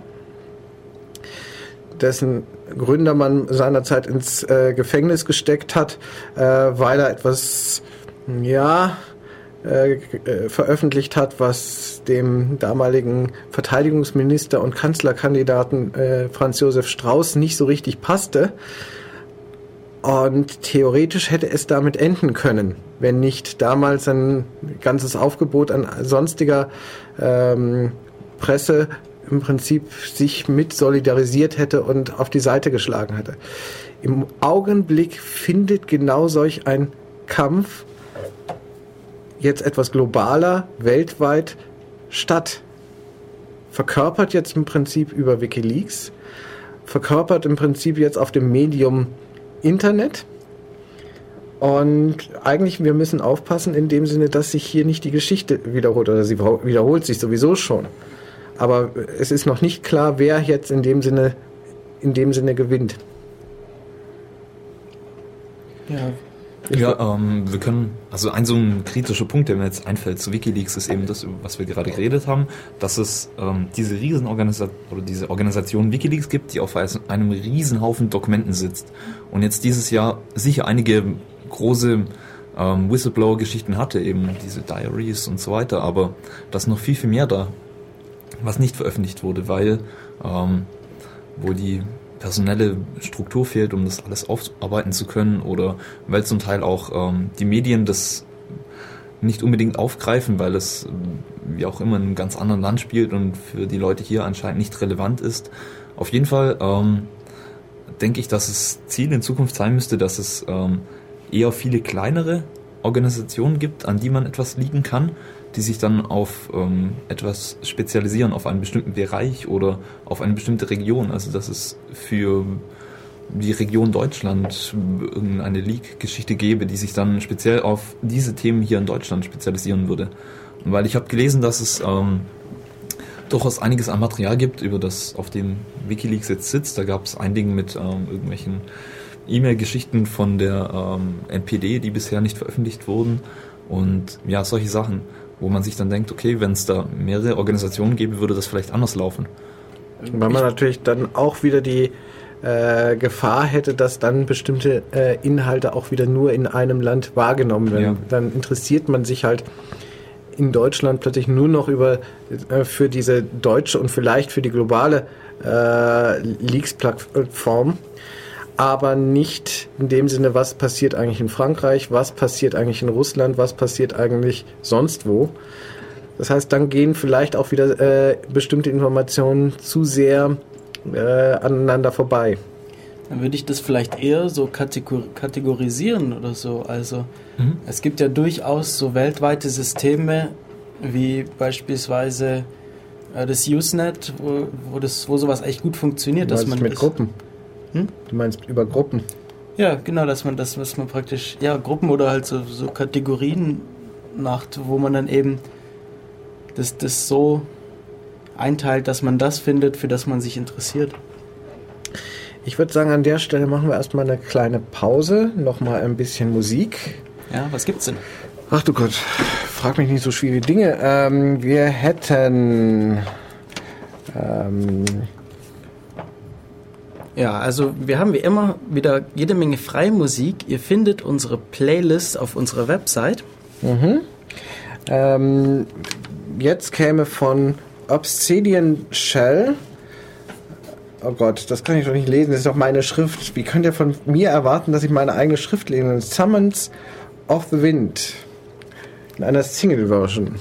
dessen Gründer man seinerzeit ins äh, Gefängnis gesteckt hat, äh, weil er etwas, ja, äh, äh, veröffentlicht hat, was dem damaligen Verteidigungsminister und Kanzlerkandidaten äh, Franz Josef Strauß nicht so richtig passte. Und theoretisch hätte es damit enden können, wenn nicht damals ein ganzes Aufgebot an sonstiger ähm, Presse im Prinzip sich mit solidarisiert hätte und auf die Seite geschlagen hätte. Im Augenblick findet genau solch ein Kampf jetzt etwas globaler, weltweit statt. Verkörpert jetzt im Prinzip über WikiLeaks, verkörpert im Prinzip jetzt auf dem Medium Internet. Und eigentlich, wir müssen aufpassen in dem Sinne, dass sich hier nicht die Geschichte wiederholt, oder sie wiederholt sich sowieso schon. Aber es ist noch nicht klar, wer jetzt in dem Sinne, in dem Sinne gewinnt. Ja, Ja, ähm, wir können, also ein so ein kritischer Punkt, der mir jetzt einfällt zu WikiLeaks, ist eben das, über was wir gerade geredet haben, dass es ähm, diese Riesenorganisation oder diese Organisation WikiLeaks gibt, die auf einem Riesenhaufen Dokumenten sitzt und jetzt dieses Jahr sicher einige große ähm, Whistleblower-Geschichten hatte, eben diese Diaries und so weiter, aber da ist noch viel, viel mehr da, was nicht veröffentlicht wurde, weil ähm, wo die personelle Struktur fehlt, um das alles aufarbeiten zu können, oder weil zum Teil auch ähm, die Medien das nicht unbedingt aufgreifen, weil es wie auch immer in einem ganz anderen Land spielt und für die Leute hier anscheinend nicht relevant ist. Auf jeden Fall ähm, denke ich, dass das Ziel in Zukunft sein müsste, dass es ähm, eher viele kleinere Organisationen gibt, an die man etwas liegen kann, die sich dann auf ähm, etwas spezialisieren, auf einen bestimmten Bereich oder auf eine bestimmte Region. Also dass es für die Region Deutschland irgendeine Leak-Geschichte gäbe, die sich dann speziell auf diese Themen hier in Deutschland spezialisieren würde. Und weil ich habe gelesen, dass es ähm, durchaus einiges an Material gibt, über das auf dem WikiLeaks jetzt sitzt. Da gab es ein Ding mit ähm, irgendwelchen E-Mail-Geschichten von der ähm, N P D, die bisher nicht veröffentlicht wurden. Und ja, solche Sachen, wo man sich dann denkt, okay, wenn es da mehrere Organisationen gäbe, würde das vielleicht anders laufen. Weil man natürlich dann auch wieder die äh, Gefahr hätte, dass dann bestimmte äh, Inhalte auch wieder nur in einem Land wahrgenommen werden. Ja. Dann interessiert man sich halt in Deutschland plötzlich nur noch über äh, für diese deutsche und vielleicht für die globale äh, Leaks-Plattform, aber nicht in dem Sinne, was passiert eigentlich in Frankreich, was passiert eigentlich in Russland, was passiert eigentlich sonst wo. Das heißt, dann gehen vielleicht auch wieder äh, bestimmte Informationen zu sehr äh, aneinander vorbei. Dann würde ich das vielleicht eher so kategor- kategorisieren oder so. Also Mhm. es gibt ja durchaus so weltweite Systeme, wie beispielsweise äh, das Usenet, wo, wo, das, wo sowas echt gut funktioniert. Du Dass meinst man mit das, Gruppen. Hm? Du meinst über Gruppen. Ja, genau, dass man das, was man praktisch, ja, Gruppen oder halt so, so Kategorien macht, wo man dann eben das, das so einteilt, dass man das findet, für das man sich interessiert. Ich würde sagen, an der Stelle machen wir erstmal eine kleine Pause, nochmal ein bisschen Musik. Ja, was gibt's denn? Ach du Gott, frag mich nicht so schwierige Dinge. Ähm, wir hätten... Ähm, Ja, also wir haben wie immer wieder jede Menge freie Musik. Ihr findet unsere Playlist auf unserer Website. ähm, jetzt käme von Obsidian Shell... Oh Gott, das kann ich doch nicht lesen, das ist doch meine Schrift. Wie könnt ihr von mir erwarten, dass ich meine eigene Schrift lese? Summons of the Wind. In einer Single-Version.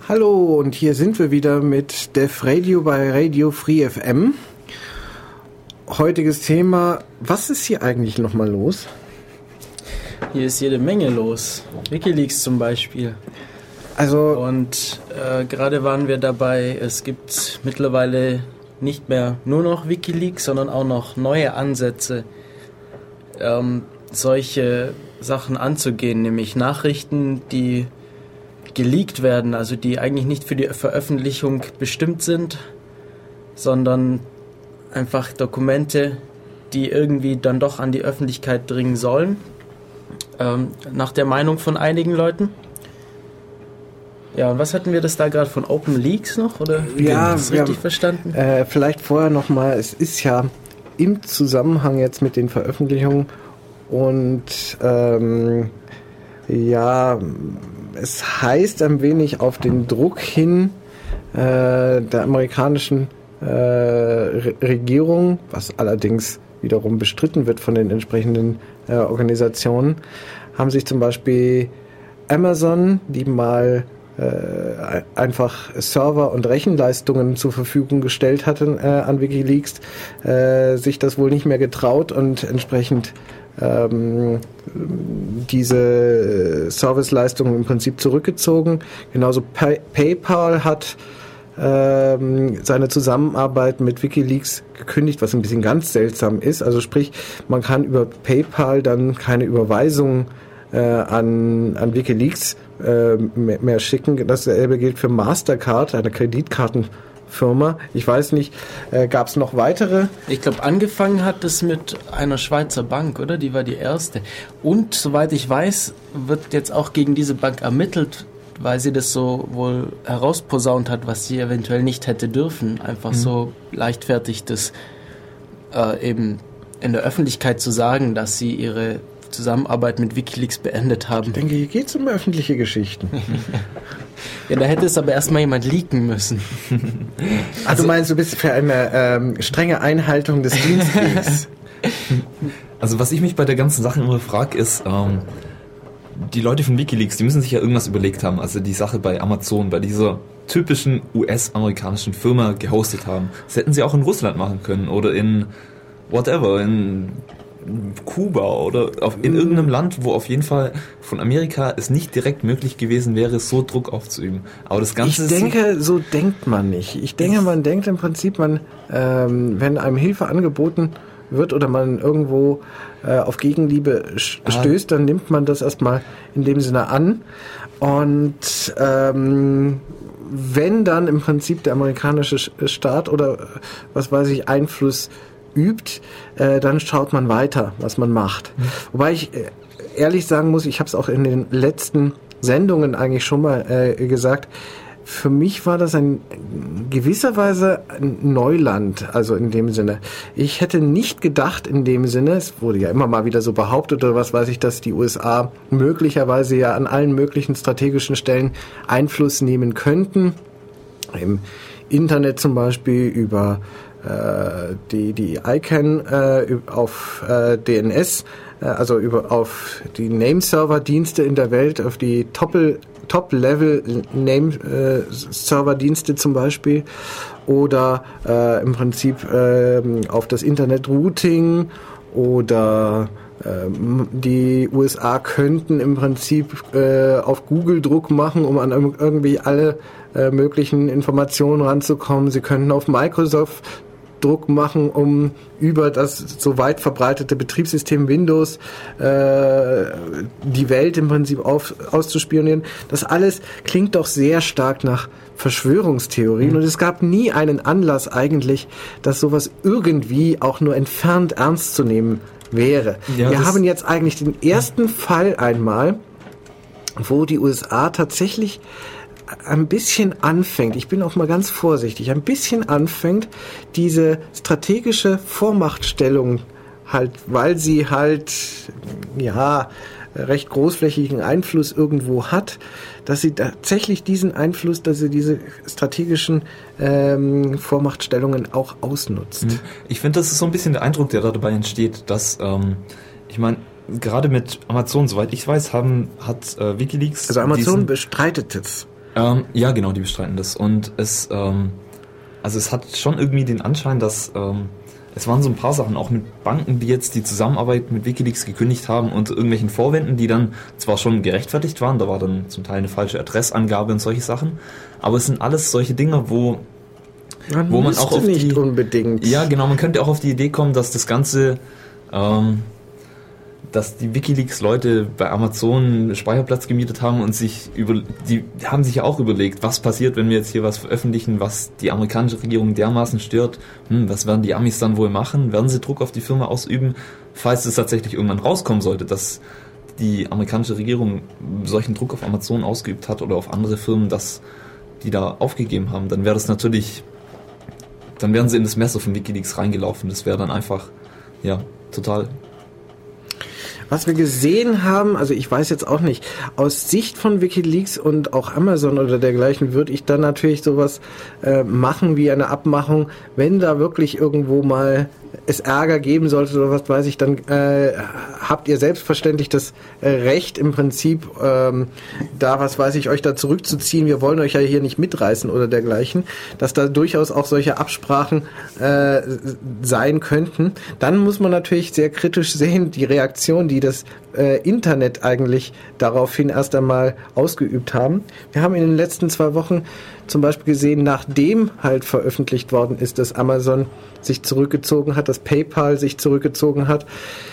Hallo, und hier sind wir wieder mit Def Radio bei Radio Free F M. Heutiges Thema, was ist hier eigentlich nochmal los? Hier ist jede Menge los. WikiLeaks zum Beispiel. Also, Und äh, gerade waren wir dabei, es gibt mittlerweile nicht mehr nur noch WikiLeaks, sondern auch noch neue Ansätze, ähm, solche Sachen anzugehen, nämlich Nachrichten, die geleakt werden, also die eigentlich nicht für die Veröffentlichung bestimmt sind, sondern einfach Dokumente, die irgendwie dann doch an die Öffentlichkeit dringen sollen, ähm, nach der Meinung von einigen Leuten. Ja, und was hatten wir das da gerade von Open Leaks noch? Oder Ja, habe ich das wir richtig haben- verstanden? äh, vielleicht vorher nochmal, es ist ja im Zusammenhang jetzt mit den Veröffentlichungen und ähm, ja, es heißt ein wenig auf den Druck hin äh, der amerikanischen äh, Re- Regierung, was allerdings wiederum bestritten wird von den entsprechenden äh, Organisationen, haben sich zum Beispiel Amazon, die mal äh, einfach Server und Rechenleistungen zur Verfügung gestellt hatten äh, an WikiLeaks, äh, sich das wohl nicht mehr getraut und entsprechend ähm, diese Serviceleistungen im Prinzip zurückgezogen. Genauso Pay- PayPal hat ähm, seine Zusammenarbeit mit WikiLeaks gekündigt, was ein bisschen ganz seltsam ist. Also sprich, man kann über PayPal dann keine Überweisungen äh, an, an WikiLeaks äh, mehr, mehr schicken. Dasselbe gilt für Mastercard, eine Kreditkartenfirma. Ich weiß nicht, äh, gab es noch weitere? Ich glaube, angefangen hat es mit einer Schweizer Bank, oder? Die war die erste. Und soweit ich weiß, wird jetzt auch gegen diese Bank ermittelt, weil sie das so wohl herausposaunt hat, was sie eventuell nicht hätte dürfen. Einfach mhm. so leichtfertig das äh, eben in der Öffentlichkeit zu sagen, dass sie ihre Zusammenarbeit mit WikiLeaks beendet haben. Ich denke, hier geht es um öffentliche Geschichten. Ja, da hätte es aber erstmal jemand leaken müssen. Ah, du meinst, du bist für eine ähm, strenge Einhaltung des Dienstwegs. Also was ich mich bei der ganzen Sache immer frage, ist, ähm, die Leute von WikiLeaks, die müssen sich ja irgendwas überlegt haben, also die Sache bei Amazon, bei dieser typischen U S-amerikanischen Firma gehostet haben. Das hätten sie auch in Russland machen können oder in whatever, in Kuba oder auf, in irgendeinem Land, wo auf jeden Fall von Amerika es nicht direkt möglich gewesen wäre, so Druck aufzuüben. Aber das Ganze Ich denke, so denkt man nicht. Ich denke, man denkt im Prinzip, man, ähm, wenn einem Hilfe angeboten wird oder man irgendwo äh, auf Gegenliebe sch- Ah. stößt, dann nimmt man das erstmal in dem Sinne an. Und ähm, wenn dann im Prinzip der amerikanische Sch- Staat oder äh, was weiß ich, Einfluss übt, äh, dann schaut man weiter, was man macht. Mhm. Wobei ich äh, ehrlich sagen muss, ich habe es auch in den letzten Sendungen eigentlich schon mal äh, gesagt, für mich war das ein gewisser Weise ein Neuland, also in dem Sinne. Ich hätte nicht gedacht in dem Sinne, es wurde ja immer mal wieder so behauptet oder was weiß ich, dass die U S A möglicherweise ja an allen möglichen strategischen Stellen Einfluss nehmen könnten. Im Internet zum Beispiel über äh, die, die I C A N äh, auf äh, D N S, äh, also über auf die Name-Server-Dienste in der Welt, auf die Top- Top-Level-Name-Server-Dienste zum Beispiel oder äh, im Prinzip äh, auf das Internet-Routing oder ähm, die U S A könnten im Prinzip äh, auf Google Druck machen, um an irgendwie alle äh, möglichen Informationen ranzukommen. Sie könnten auf Microsoft Druck machen, um über das so weit verbreitete Betriebssystem Windows äh, die Welt im Prinzip auf, auszuspionieren. Das alles klingt doch sehr stark nach Verschwörungstheorien, mhm. und es gab nie einen Anlass eigentlich, dass sowas irgendwie auch nur entfernt ernst zu nehmen wäre. Ja, Wir haben jetzt eigentlich den ersten Fall einmal, wo die U S A tatsächlich ein bisschen anfängt, ich bin auch mal ganz vorsichtig, ein bisschen anfängt, diese strategische Vormachtstellung halt, weil sie halt, ja, recht großflächigen Einfluss irgendwo hat, dass sie tatsächlich diesen Einfluss, dass sie diese strategischen ähm, Vormachtstellungen auch ausnutzt. Ich finde, das ist so ein bisschen der Eindruck, der da dabei entsteht, dass, ähm, ich meine, gerade mit Amazon, soweit ich weiß, haben, hat äh, WikiLeaks... Also Amazon diesen, bestreitet es. Ähm, ja, genau, die bestreiten das. Und es, ähm, also es hat schon irgendwie den Anschein, dass ähm, es waren so ein paar Sachen, auch mit Banken, die jetzt die Zusammenarbeit mit WikiLeaks gekündigt haben unter irgendwelchen Vorwänden, die dann zwar schon gerechtfertigt waren, da war dann zum Teil eine falsche Adressangabe und solche Sachen, aber es sind alles solche Dinge, wo, Man wo man auch auf nicht die, unbedingt. Ja, genau, man könnte auch auf die Idee kommen, dass das Ganze, ähm, dass die WikiLeaks-Leute bei Amazon einen Speicherplatz gemietet haben und sich über, die haben sich ja auch überlegt, was passiert, wenn wir jetzt hier was veröffentlichen, was die amerikanische Regierung dermaßen stört. Hm, was werden die Amis dann wohl machen? Werden sie Druck auf die Firma ausüben, falls es tatsächlich irgendwann rauskommen sollte, dass die amerikanische Regierung solchen Druck auf Amazon ausgeübt hat oder auf andere Firmen, dass die da aufgegeben haben, dann wäre das natürlich, dann wären sie in das Messer von WikiLeaks reingelaufen. Das wäre dann einfach, ja, total. Was wir gesehen haben, also ich weiß jetzt auch nicht, aus Sicht von WikiLeaks und auch Amazon oder dergleichen würde ich dann natürlich sowas äh, machen wie eine Abmachung, wenn da wirklich irgendwo mal es Ärger geben sollte oder was weiß ich, dann äh, habt ihr selbstverständlich das äh, Recht im Prinzip ähm, da, was weiß ich, euch da zurückzuziehen. Wir wollen euch ja hier nicht mitreißen oder dergleichen, dass da durchaus auch solche Absprachen äh, sein könnten. Dann muss man natürlich sehr kritisch sehen, die Reaktion, die das äh, Internet eigentlich daraufhin erst einmal ausgeübt haben. Wir haben in den letzten zwei Wochen zum Beispiel gesehen, nachdem halt veröffentlicht worden ist, dass Amazon sich zurückgezogen hat, dass PayPal sich zurückgezogen hat,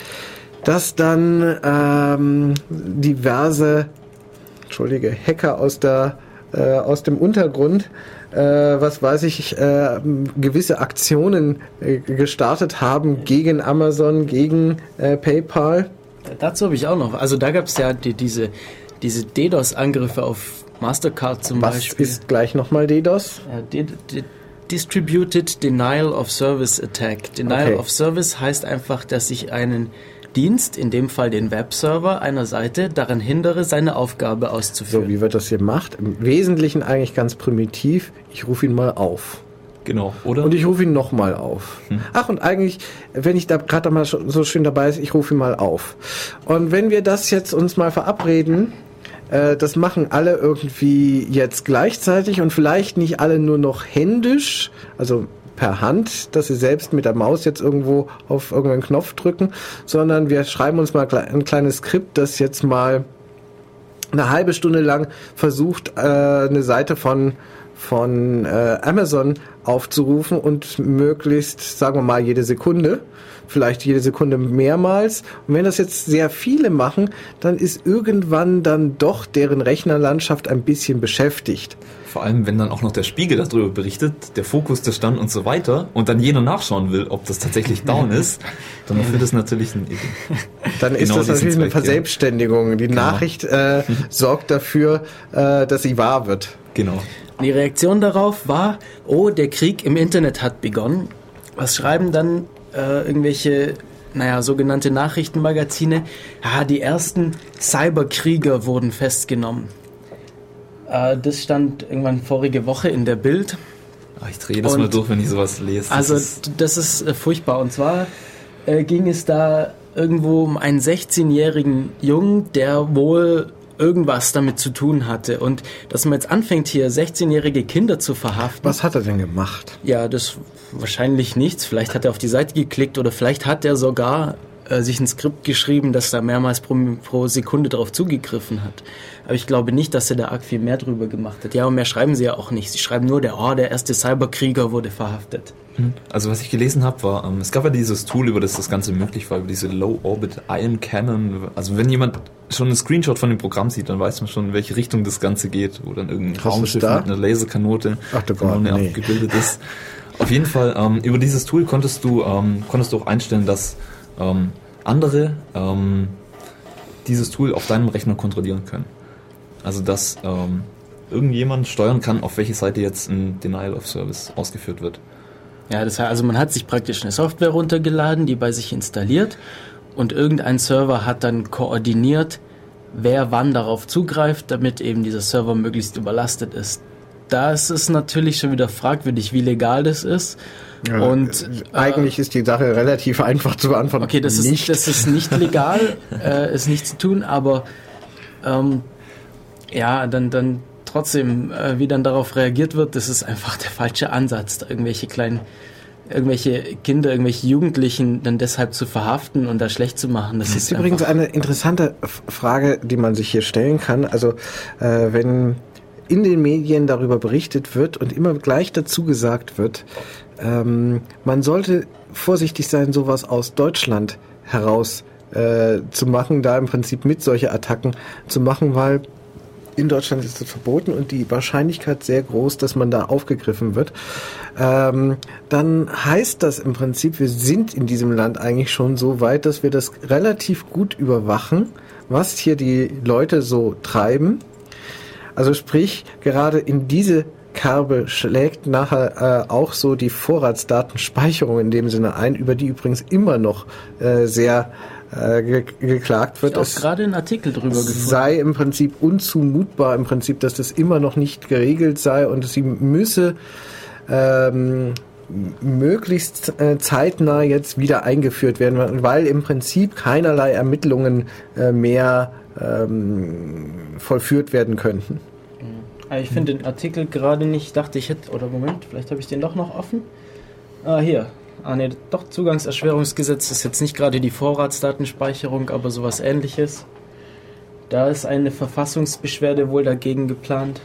dass dann ähm, diverse, entschuldige, Hacker aus der äh, aus dem Untergrund, äh, was weiß ich, äh, gewisse Aktionen äh, gestartet haben gegen Amazon, gegen äh, PayPal. Dazu habe ich auch noch, also da gab es ja die, diese, diese DDoS-Angriffe auf Mastercard zum Was Beispiel. ist gleich nochmal DDoS? Ja, di- di- Distributed Denial of Service Attack. Denial Okay. of Service heißt einfach, dass ich einen Dienst, in dem Fall den Webserver einer Seite, daran hindere, seine Aufgabe auszuführen. So, wie wird das hier gemacht? Im Wesentlichen eigentlich ganz primitiv. Ich rufe ihn mal auf. Genau, oder? Und ich rufe ihn nochmal auf. Hm. Ach, und eigentlich, wenn ich da gerade mal so schön dabei ist, ich rufe ihn mal auf. Und wenn wir das jetzt uns mal verabreden, äh, das machen alle irgendwie jetzt gleichzeitig und vielleicht nicht alle nur noch händisch, also per Hand, dass sie selbst mit der Maus jetzt irgendwo auf irgendeinen Knopf drücken, sondern wir schreiben uns mal ein kleines Skript, das jetzt mal eine halbe Stunde lang versucht, äh, eine Seite von von äh, Amazon aufzurufen und möglichst, sagen wir mal, jede Sekunde, vielleicht jede Sekunde mehrmals. Und wenn das jetzt sehr viele machen, dann ist irgendwann dann doch deren Rechnerlandschaft ein bisschen beschäftigt. Vor allem, wenn dann auch noch der Spiegel darüber berichtet, der Fokus, der Stand und so weiter, und dann jeder nachschauen will, ob das tatsächlich down ist, dann wird das natürlich ein Dann ist genau das natürlich diesen eine Zweck, Verselbstständigung. Die Genau. Nachricht äh, sorgt dafür, äh, dass sie wahr wird. Genau. Die Reaktion darauf war, oh, der Krieg im Internet hat begonnen. Was schreiben dann äh, irgendwelche, naja, sogenannte Nachrichtenmagazine? Ja, die ersten Cyberkrieger wurden festgenommen. Äh, das stand irgendwann vorige Woche in der Bild. Ach, ich drehe das Und- mal durch, wenn ich sowas lese. Das Also ist, das ist äh, furchtbar. Und zwar äh, ging es da irgendwo um einen sechzehnjährigen Jungen, der wohl irgendwas damit zu tun hatte. Und dass man jetzt anfängt, hier sechzehnjährige Kinder zu verhaften. Was hat er denn gemacht? Ja, das wahrscheinlich nichts. Vielleicht hat er auf die Seite geklickt oder vielleicht hat er sogar äh, sich ein Skript geschrieben, das da mehrmals pro, pro Sekunde darauf zugegriffen hat. Aber ich glaube nicht, dass er da arg viel mehr drüber gemacht hat. Ja, und mehr schreiben sie ja auch nicht. Sie schreiben nur, der, oh, der erste Cyberkrieger wurde verhaftet. also was ich gelesen habe, war, ähm, es gab ja dieses Tool, über das das Ganze möglich war, über diese Low Orbit Ion Cannon. Also wenn jemand schon einen Screenshot von dem Programm sieht, dann weiß man schon, in welche Richtung das Ganze geht, wo dann irgendein Hast du's Raumschiff da? mit einer Laserkanote Ach du Gott, genau nee. abgebildet ist. Auf jeden Fall, ähm, über dieses Tool konntest du, ähm, konntest du auch einstellen, dass ähm, andere ähm, dieses Tool auf deinem Rechner kontrollieren können. Also dass ähm, irgendjemand steuern kann, auf welche Seite jetzt ein Denial of Service ausgeführt wird. Ja, das heißt, also man hat sich praktisch eine Software runtergeladen, die bei sich installiert und irgendein Server hat dann koordiniert, wer wann darauf zugreift, damit eben dieser Server möglichst überlastet ist. Da ist es natürlich schon wieder fragwürdig, wie legal das ist. Ja, und äh, eigentlich ist die Sache relativ einfach zu beantworten. Okay, das ist nicht. das ist nicht legal, äh, ist nicht zu tun, aber ähm, ja, dann dann trotzdem, äh, wie dann darauf reagiert wird, das ist einfach der falsche Ansatz, da irgendwelche kleinen, irgendwelche Kinder, irgendwelche Jugendlichen dann deshalb zu verhaften und da schlecht zu machen. Das, Das ist ist übrigens einfach, eine interessante F- Frage, die man sich hier stellen kann. Also äh, wenn in den Medien darüber berichtet wird und immer gleich dazu gesagt wird, ähm, man sollte vorsichtig sein, sowas aus Deutschland heraus äh, zu machen, da im Prinzip mit solche Attacken zu machen, weil in Deutschland ist es verboten und die Wahrscheinlichkeit sehr groß, dass man da aufgegriffen wird. Ähm, dann heißt das im Prinzip, wir sind in diesem Land eigentlich schon so weit, dass wir das relativ gut überwachen, was hier die Leute so treiben. Also sprich, gerade in diese Kerbe schlägt nachher äh, auch so die Vorratsdatenspeicherung in dem Sinne ein, über die übrigens immer noch äh, sehr äh, ge- geklagt wird. ich habe Es auch gerade einen Artikel drüber gefunden. sei im Prinzip unzumutbar, im Prinzip, dass das immer noch nicht geregelt sei und sie müsse ähm, möglichst äh, zeitnah jetzt wieder eingeführt werden, weil im Prinzip keinerlei Ermittlungen äh, mehr ähm, vollführt werden könnten. Aber ich finde den Artikel gerade nicht, ich dachte ich hätte, oder Moment, vielleicht habe ich den doch noch offen. Ah, hier. Ah ne, doch, Zugangserschwerungsgesetz ist jetzt nicht gerade die Vorratsdatenspeicherung, aber sowas Ähnliches. Da ist eine Verfassungsbeschwerde wohl dagegen geplant.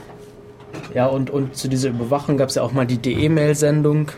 Ja, und, und zu dieser Überwachung gab es ja auch mal die D E-Mail-Sendung.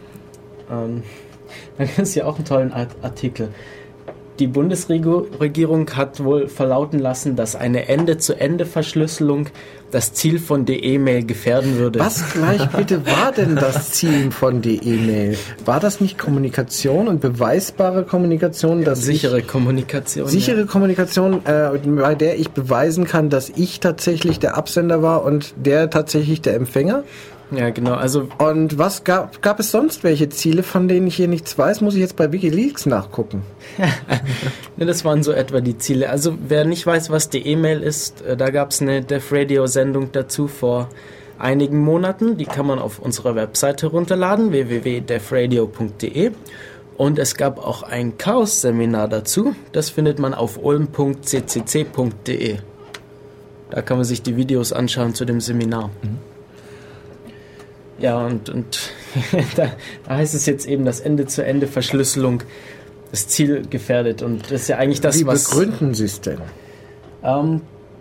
Ähm, da gibt es ja auch einen tollen Artikel. Die Bundesregierung hat wohl verlauten lassen, dass eine Ende-zu-Ende-Verschlüsselung das Ziel von D E-Mail gefährden würde. Was gleich bitte war denn das Ziel von D E-Mail? War das nicht Kommunikation und beweisbare Kommunikation? Dass Sichere ich, Kommunikation. Sichere ja. Kommunikation, äh, bei der ich beweisen kann, dass ich tatsächlich der Absender war und der tatsächlich der Empfänger? Ja, genau. Also Und was gab, gab es sonst welche Ziele, von denen ich hier nichts weiß? Muss ich jetzt bei WikiLeaks nachgucken? ne, das waren so etwa die Ziele. Also wer nicht weiß, was die E-Mail ist, äh, da gab es eine Def Radio Sendung dazu vor einigen Monaten. Die kann man auf unserer Webseite runterladen, w w w punkt def radio punkt d e. Und es gab auch ein Chaos-Seminar dazu. Das findet man auf ulm punkt c c c punkt d e. Da kann man sich die Videos anschauen zu dem Seminar. Mhm. Ja, und, und da, da heißt es jetzt eben, dass Ende-zu-Ende-Verschlüsselung das Ziel gefährdet. Und das ist ja eigentlich das, Wie was... Wie begründen Sie es denn? Ähm,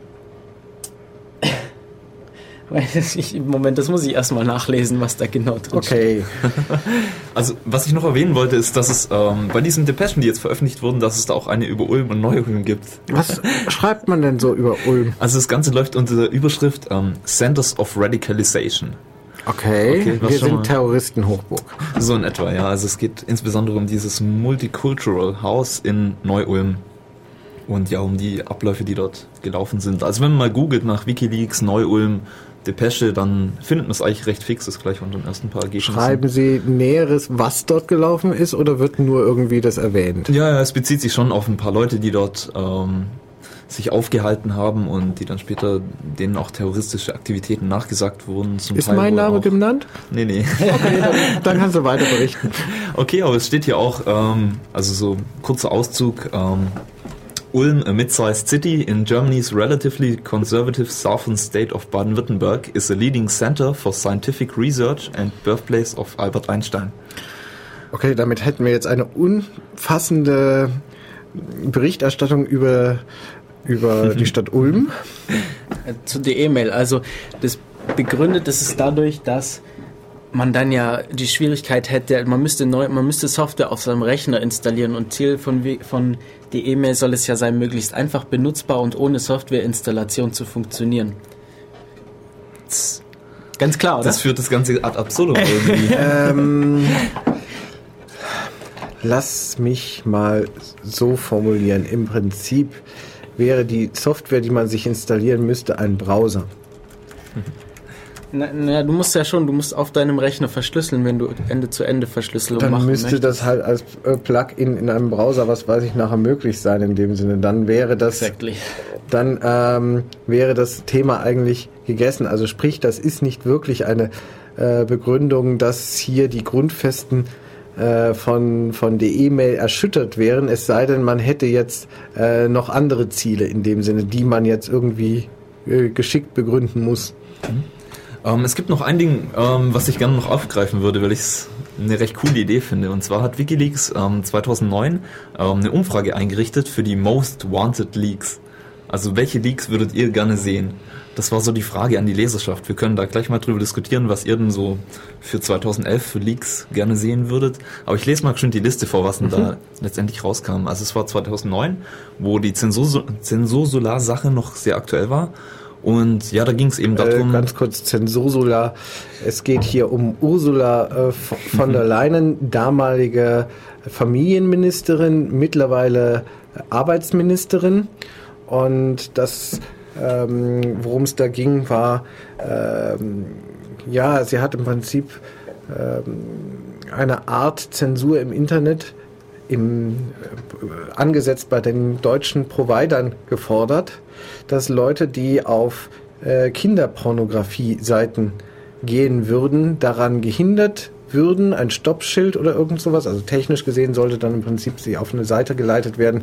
ich, Moment, das muss ich erstmal nachlesen, was da genau drin Okay. Also, was ich noch erwähnen wollte, ist, dass es ähm, bei diesen Depeschen, die jetzt veröffentlicht wurden, dass es da auch eine über Ulm und Neu-Ulm gibt. Was schreibt man denn so über Ulm? Also das Ganze läuft unter der Überschrift ähm, Centers of Radicalization. Okay, Okay, was wir schon sind mal. Terroristenhochburg. So in etwa, ja. Also es geht insbesondere um dieses Multicultural House in Neu-Ulm. Und ja, um die Abläufe, die dort gelaufen sind. Also wenn man mal googelt nach WikiLeaks, Neu-Ulm, Depesche, dann findet man es eigentlich recht fix, das gleich unter den ersten paar Ergebnissen. Schreiben Sie Näheres, was dort gelaufen ist, oder wird nur irgendwie das erwähnt? Ja, ja, es bezieht sich schon auf ein paar Leute, die dort ähm, sich aufgehalten haben und die dann später denen auch terroristische Aktivitäten nachgesagt wurden. Zum Ist Teil mein wohl Name auch, genannt? Nee, nee. Okay, dann, dann kannst du weiter berichten. Okay, aber es steht hier auch, ähm, also so kurzer Auszug, ähm, Ulm, a mid-sized city in Germany's relatively conservative southern state of Baden-Württemberg, is a leading center for scientific research and birthplace of Albert Einstein. Okay, damit hätten wir jetzt eine umfassende Berichterstattung über, über die Stadt Ulm. Zu der E-Mail. Also das begründet ist es dadurch, dass man dann ja die Schwierigkeit hätte, man müsste neu, man müsste Software auf seinem Rechner installieren und Ziel von, von der E-Mail soll es ja sein, möglichst einfach benutzbar und ohne Softwareinstallation zu funktionieren. Das, ganz klar, oder? Das führt das Ganze ad absurdum irgendwie. ähm, lass mich mal so formulieren. Im Prinzip wäre die Software, die man sich installieren müsste, ein Browser. Na, na, du musst ja schon, du musst auf deinem Rechner verschlüsseln, wenn du Ende-zu-Ende-Verschlüsselung Dann machen müsste möchtest. das halt als äh, Plugin in einem Browser, was weiß ich, nachher möglich sein in dem Sinne. Dann wäre das, Exactly. dann ähm, wäre das Thema eigentlich gegessen. Also sprich, das ist nicht wirklich eine äh, Begründung, dass hier die Grundfesten äh, von von der E-Mail erschüttert wären. Es sei denn, man hätte jetzt äh, noch andere Ziele in dem Sinne, die man jetzt irgendwie äh, geschickt begründen muss. Ähm, es gibt noch ein Ding, ähm, was ich gerne noch aufgreifen würde, weil ich es eine recht coole Idee finde. Und zwar hat WikiLeaks ähm, zweitausendneun ähm, eine Umfrage eingerichtet für die Most Wanted Leaks. Also welche Leaks würdet ihr gerne sehen? Das war so die Frage an die Leserschaft. Wir können da gleich mal drüber diskutieren, was ihr denn so für zweitausendelf für Leaks gerne sehen würdet. Aber ich lese mal schon die Liste vor, was denn mhm. da letztendlich rauskam. Also es war zweitausendneun, wo die Zensur- Zensursolar-Sache noch sehr aktuell war. Und ja, da ging es eben darum... Äh, ganz kurz, Zensursolar. Es geht hier um Ursula äh, von der Leyen, damalige Familienministerin, mittlerweile Arbeitsministerin. Und das, ähm, worum es da ging, war, ähm, ja, sie hat im Prinzip ähm, eine Art Zensur im Internet im, äh, angesetzt bei den deutschen Providern gefordert, dass Leute, die auf äh, Kinderpornografie-Seiten gehen würden, daran gehindert würden, ein Stoppschild oder irgend sowas, also technisch gesehen sollte dann im Prinzip sie auf eine Seite geleitet werden,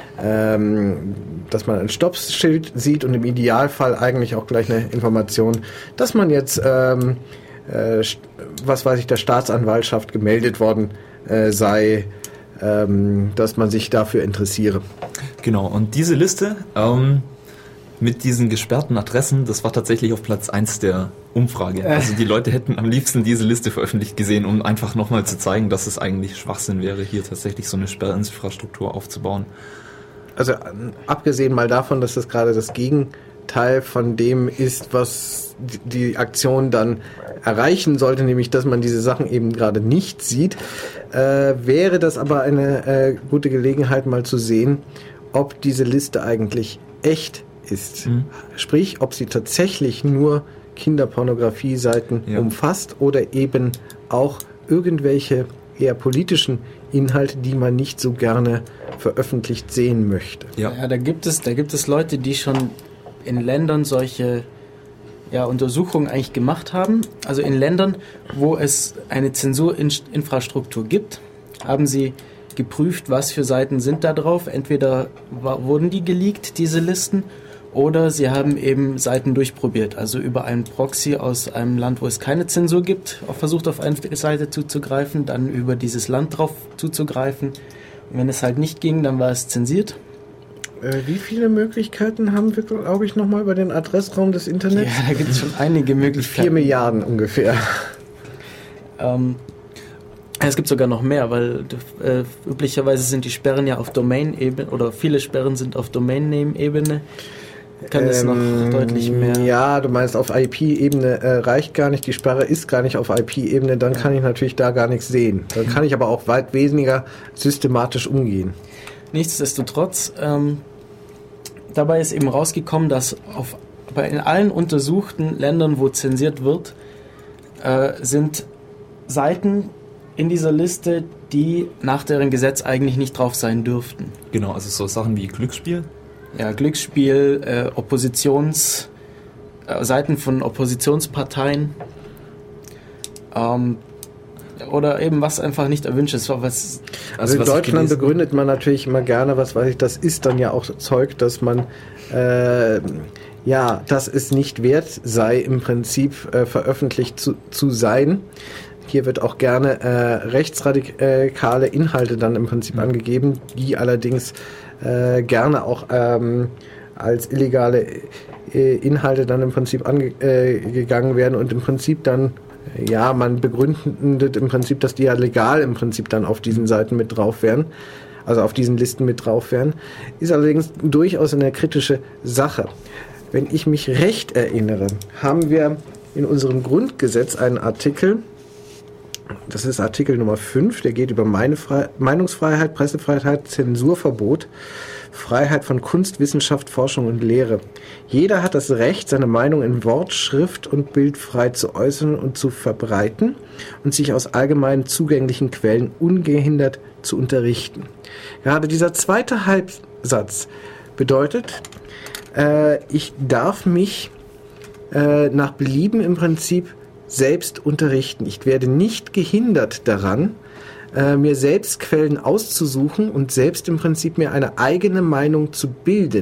ähm, dass man ein Stoppschild sieht und im Idealfall eigentlich auch gleich eine Information, dass man jetzt, ähm, äh, was weiß ich, der Staatsanwaltschaft gemeldet worden äh, sei, ähm, dass man sich dafür interessiere. Genau, und diese Liste ähm, mit diesen gesperrten Adressen, das war tatsächlich auf Platz eins der Umfrage. Also die Leute hätten am liebsten diese Liste veröffentlicht gesehen, um einfach nochmal zu zeigen, dass es eigentlich Schwachsinn wäre, hier tatsächlich so eine Sperrinfrastruktur aufzubauen. Also abgesehen mal davon, dass das gerade das Gegenteil von dem ist, was die Aktion dann erreichen sollte, nämlich dass man diese Sachen eben gerade nicht sieht, äh, wäre das aber eine äh, gute Gelegenheit mal zu sehen, ob diese Liste eigentlich echt ist. Mhm. Sprich, ob sie tatsächlich nur Kinderpornografie-Seiten ja. umfasst oder eben auch irgendwelche eher politischen Inhalte, die man nicht so gerne veröffentlicht sehen möchte. Ja, ja da gibt es, da gibt es Leute, die schon in Ländern solche ja, Untersuchungen eigentlich gemacht haben. Also in Ländern, wo es eine Zensurinfrastruktur gibt, haben sie geprüft, was für Seiten sind da drauf. Entweder war, wurden die geleakt, diese Listen, oder sie haben eben Seiten durchprobiert, also über einen Proxy aus einem Land, wo es keine Zensur gibt, auch versucht auf eine Seite zuzugreifen, dann über dieses Land drauf zuzugreifen. Und wenn es halt nicht ging, dann war es zensiert. Äh, wie viele Möglichkeiten haben wir, glaube ich, nochmal über den Adressraum des Internets? Ja, da gibt es schon einige Möglichkeiten. Vier Milliarden ungefähr. Ähm, es gibt sogar noch mehr, weil äh, üblicherweise sind die Sperren ja auf Domain-Ebene, oder viele Sperren sind auf Domain-Name-Ebene. Kann es ähm, noch deutlich mehr? Ja, du meinst, auf I P-Ebene äh, reicht gar nicht, die Sperre ist gar nicht auf I P-Ebene, dann kann ich natürlich da gar nichts sehen. Dann kann ich aber auch weit weniger systematisch umgehen. Nichtsdestotrotz, ähm, dabei ist eben rausgekommen, dass auf, bei in allen untersuchten Ländern, wo zensiert wird, äh, sind Seiten in dieser Liste, die nach deren Gesetz eigentlich nicht drauf sein dürften. Genau, also so Sachen wie Glücksspiel. Ja, Glücksspiel, äh, Oppositions, äh, Seiten von Oppositionsparteien, ähm, oder eben was einfach nicht erwünscht ist. Was, also, also in was Deutschland begründet man natürlich immer gerne, was weiß ich, das ist dann ja auch Zeug, dass man äh, ja, dass es nicht wert sei, im Prinzip äh, veröffentlicht zu, zu sein. Hier wird auch gerne äh, rechtsradikale Inhalte dann im Prinzip mhm. angegeben, die allerdings äh, gerne auch ähm, als illegale äh, Inhalte dann im Prinzip angegangen äh, werden und im Prinzip dann, ja, man begründet im Prinzip, dass die ja legal im Prinzip dann auf diesen Seiten mit drauf wären, also auf diesen Listen mit drauf wären, ist allerdings durchaus eine kritische Sache. Wenn ich mich recht erinnere, haben wir in unserem Grundgesetz einen Artikel, das ist Artikel Nummer fünf, der geht über meine Fre- Meinungsfreiheit, Pressefreiheit, Zensurverbot, Freiheit von Kunst, Wissenschaft, Forschung und Lehre. Jeder hat das Recht, seine Meinung in Wort, Schrift und Bild frei zu äußern und zu verbreiten und sich aus allgemein zugänglichen Quellen ungehindert zu unterrichten. Gerade dieser zweite Halbsatz bedeutet, äh, ich darf mich äh, nach Belieben im Prinzip selbst unterrichten. Ich werde nicht gehindert daran, äh, mir selbst Quellen auszusuchen und selbst im Prinzip mir eine eigene Meinung zu bilden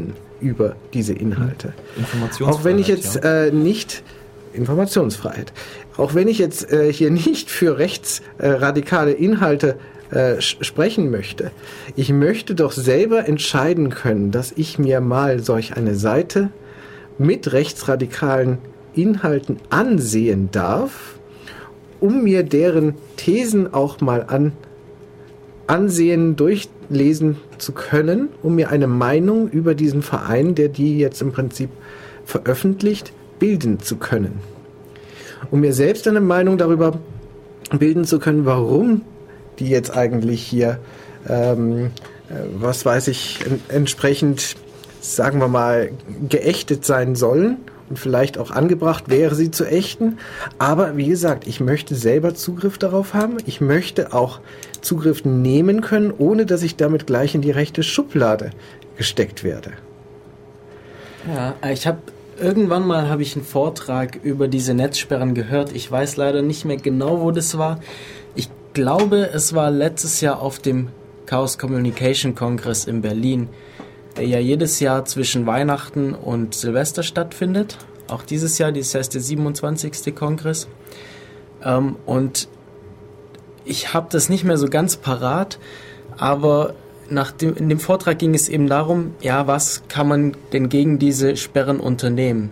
über diese Inhalte. Informationsfreiheit, Auch wenn ich jetzt ja. äh, nicht Informationsfreiheit. Auch wenn ich jetzt äh, hier nicht für rechtsradikale äh, Inhalte äh, sprechen möchte. Ich möchte doch selber entscheiden können, dass ich mir mal solch eine Seite mit rechtsradikalen Inhalten ansehen darf, um mir deren Thesen auch mal an, ansehen, durchlesen zu können, um mir eine Meinung über diesen Verein, der die jetzt im Prinzip veröffentlicht, bilden zu können. Um mir selbst eine Meinung darüber bilden zu können, warum die jetzt eigentlich hier, ähm, was weiß ich, en- entsprechend, sagen wir mal, geächtet sein sollen und vielleicht auch angebracht wäre, sie zu ächten. Aber wie gesagt, ich möchte selber Zugriff darauf haben. Ich möchte auch Zugriff nehmen können, ohne dass ich damit gleich in die rechte Schublade gesteckt werde. Ja, ich habe irgendwann mal habe ich einen Vortrag über diese Netzsperren gehört. Ich weiß leider nicht mehr genau, wo das war. Ich glaube, es war letztes Jahr auf dem Chaos Communication Kongress in Berlin, der ja jedes Jahr zwischen Weihnachten und Silvester stattfindet. Auch dieses Jahr, dieses Jahr ist der siebenundzwanzigste Kongress. Ähm, und ich habe das nicht mehr so ganz parat, aber nach dem, in dem Vortrag ging es eben darum, ja, was kann man denn gegen diese Sperren unternehmen?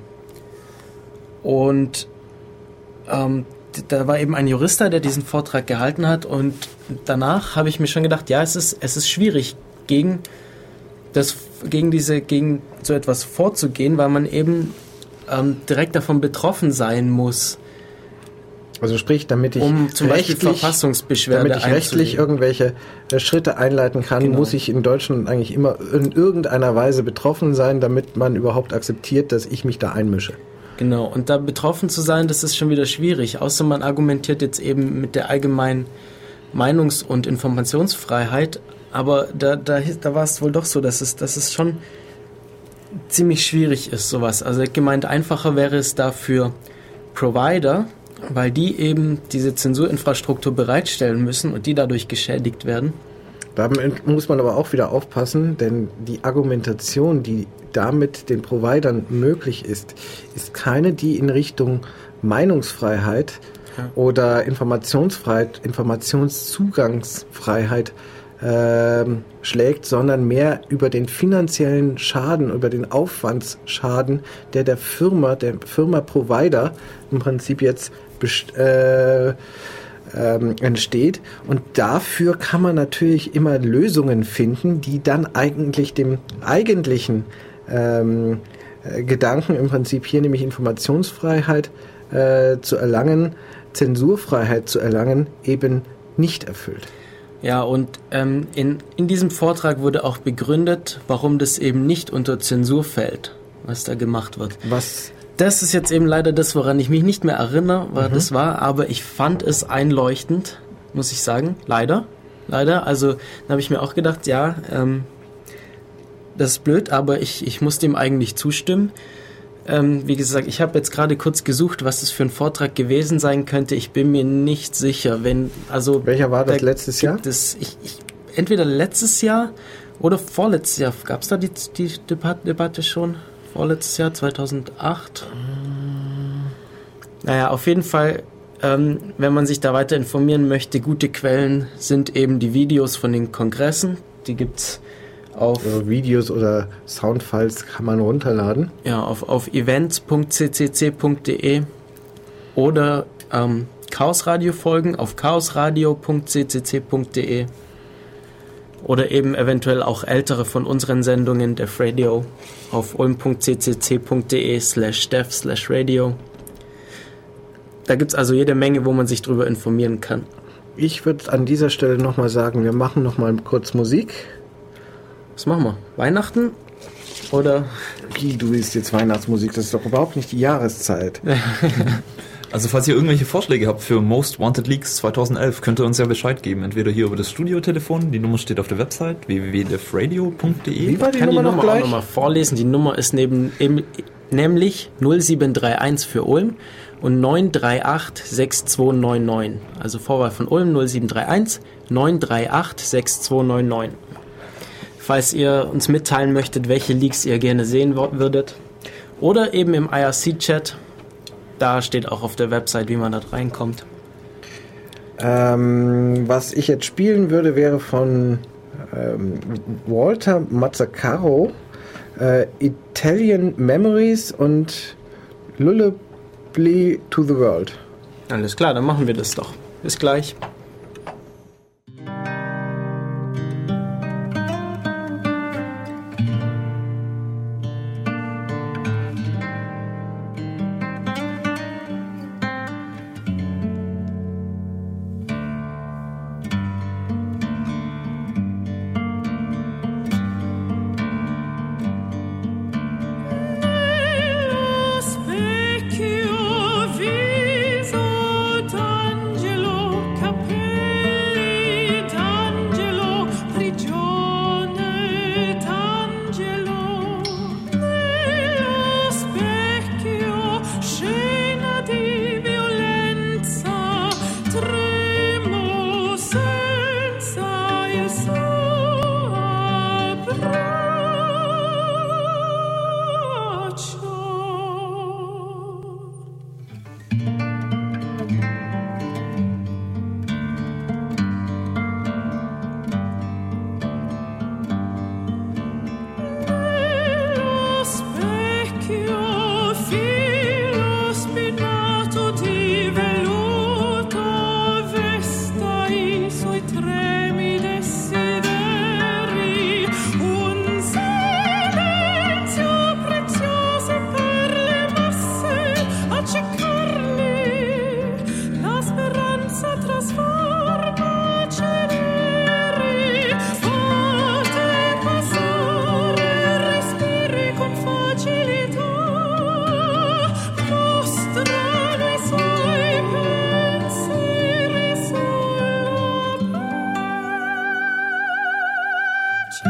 Und ähm, da war eben ein Jurist da, der diesen Vortrag gehalten hat, und danach habe ich mir schon gedacht, ja, es ist, es ist schwierig, gegen das, gegen diese, gegen so etwas vorzugehen, weil man eben ähm, direkt davon betroffen sein muss, Also sprich, damit ich um zum Beispiel rechtlich, Verfassungsbeschwerde damit ich rechtlich einzulegen. irgendwelche äh, Schritte einleiten kann, Genau. muss ich in Deutschland eigentlich immer in irgendeiner Weise betroffen sein, damit man überhaupt akzeptiert, dass ich mich da einmische. Genau, und da betroffen zu sein, das ist schon wieder schwierig, außer man argumentiert jetzt eben mit der allgemeinen Meinungs- und Informationsfreiheit, aber da, da, da war es wohl doch so, dass es, dass es schon ziemlich schwierig ist, sowas. Also gemeint, einfacher wäre es da für Provider, weil die eben diese Zensurinfrastruktur bereitstellen müssen und die dadurch geschädigt werden. Da muss man aber auch wieder aufpassen, denn die Argumentation, die damit den Providern möglich ist, ist keine, die in Richtung Meinungsfreiheit Ja. oder Informationsfreiheit, Informationszugangsfreiheit ähm, schlägt, sondern mehr über den finanziellen Schaden, über den Aufwandsschaden, der der Firma, der Firma Provider im Prinzip jetzt best- äh, ähm, entsteht. Und dafür kann man natürlich immer Lösungen finden, die dann eigentlich dem eigentlichen ähm, äh, Gedanken im Prinzip hier, nämlich Informationsfreiheit äh, zu erlangen, Zensurfreiheit zu erlangen, eben nicht erfüllt. Ja, und ähm, in, in diesem Vortrag wurde auch begründet, warum das eben nicht unter Zensur fällt, was da gemacht wird. Was Das ist jetzt eben leider das, woran ich mich nicht mehr erinnere, was mhm. das war, aber ich fand es einleuchtend, muss ich sagen, leider, leider. Also da habe ich mir auch gedacht, ja, ähm, das ist blöd, aber ich, ich muss dem eigentlich zustimmen. Ähm, wie gesagt, ich habe jetzt gerade kurz gesucht, was das für ein Vortrag gewesen sein könnte. Ich bin mir nicht sicher, wenn, also... Welcher war das da letztes Jahr? gibt Es, ich, ich, entweder letztes Jahr oder vorletztes Jahr. Gab es da die, die Debat- Debatte schon? Vorletztes Jahr, zweitausendacht? Naja, auf jeden Fall, ähm, wenn man sich da weiter informieren möchte, gute Quellen sind eben die Videos von den Kongressen. Die gibt's auf, Also Videos oder Soundfiles kann man runterladen. ja, auf, auf events punkt c c c punkt d e oder ähm, Chaosradio-Folgen auf chaosradio punkt c c c punkt d e oder eben eventuell auch ältere von unseren Sendungen, Def Radio, auf ulm punkt c c c punkt d e slash def slash radio. Da gibt es also jede Menge, wo man sich drüber informieren kann. Ich würde an dieser Stelle nochmal sagen, wir machen nochmal kurz Musik. Was machen wir? Weihnachten? Oder? Wie, du willst jetzt Weihnachtsmusik? Das ist doch überhaupt nicht die Jahreszeit. Also falls ihr irgendwelche Vorschläge habt für Most Wanted Leaks zweitausendelf, könnt ihr uns ja Bescheid geben. Entweder hier über das Studiotelefon, die Nummer steht auf der Website w w w punkt defradio punkt d e. Wie war Ich die kann Nummer die noch Nummer auch gleich? nochmal vorlesen. Die Nummer ist neben, eben, nämlich null sieben drei eins für Ulm und neun drei acht sechs zwei neun neun. Also Vorwahl von Ulm null sieben drei eins neun drei acht sechs zwei neun neun. falls ihr uns mitteilen möchtet, welche Leaks ihr gerne sehen wo- würdet. Oder eben im I R C-Chat. Da steht auch auf der Website, wie man da reinkommt. Ähm, was ich jetzt spielen würde, wäre von ähm, Walter Mazzacaro, äh, Italian Memories und Lullaby to the World. Alles klar, dann machen wir das doch. Bis gleich. Specchio viso d'angelo, capelli d'angelo, prigione d'angelo. Nello specchio scena di violenza, tremo senza il suo abbraccio. Nello specchio filo spinato di velluto vesta i suoi tremi desideri, un silenzio prezioso per le masse accecarli, la speranza trasforma celeri, fate passare respiri con facilità, mostrano i suoi pensieri sulla pace.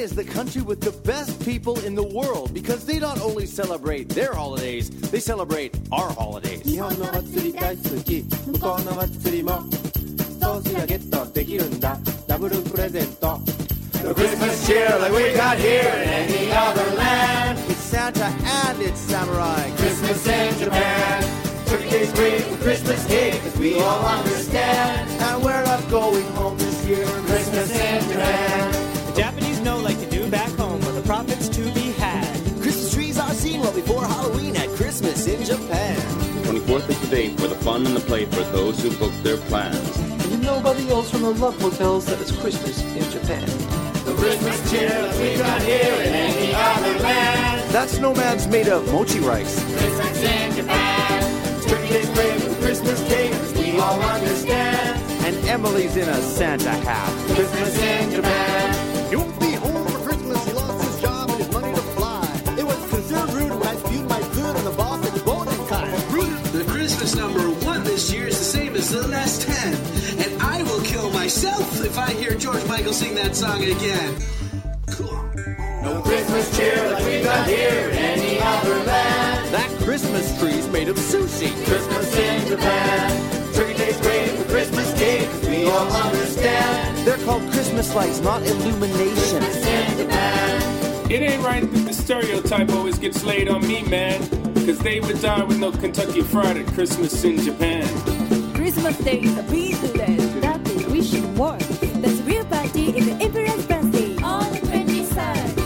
is the country with the best people in the world because they not only celebrate their holidays, they celebrate our holidays. 日本の祭り大好き向こうの祭りもそうすりゃゲットできるんだダブルプレゼント The Christmas cheer like we got here in any other land. It's Santa and it's samurai. Christmas in Japan. Turkey Day's great with Christmas cake, cause we all understand. And we're not going home this year. Christmas in Japan. The Japanese know like to do back home, where the profits to be had. Christmas trees are seen well before Halloween at Christmas in Japan. twenty-fourth is the date for the fun and the play for those who book their plans. And nobody else from the Love Hotels that it's Christmas in Japan. The Christmas cheer that we got here in any other land. That snowman's made of mochi rice. Christmas in Japan. Turkey Day's great with Christmas cake, as we all understand. And Emily's in a Santa hat. Christmas in Japan. He won't be home for Christmas, he lost his job and his money to fly. It was considered rude when I spewed my food on the boss at the bowling time. Rude! The Christmas number one this year is the same as the last ten. And I will kill myself if I hear George Michael sing that song again. Cool. No Christmas cheer like we got here in any other land. That Christmas tree's made of sushi. Christmas in Japan. Turkey Day's great with Christmas cake, cause we all understand. They're called Christmas lights, not illumination. Christmas in Japan. It ain't right that the stereotype always gets laid on me, man. Cause they would die with no Kentucky Fried at Christmas in Japan. Christmas Day is a busy day. That day we should work. There's a real party in the Imperial Fancy on the twenty-third.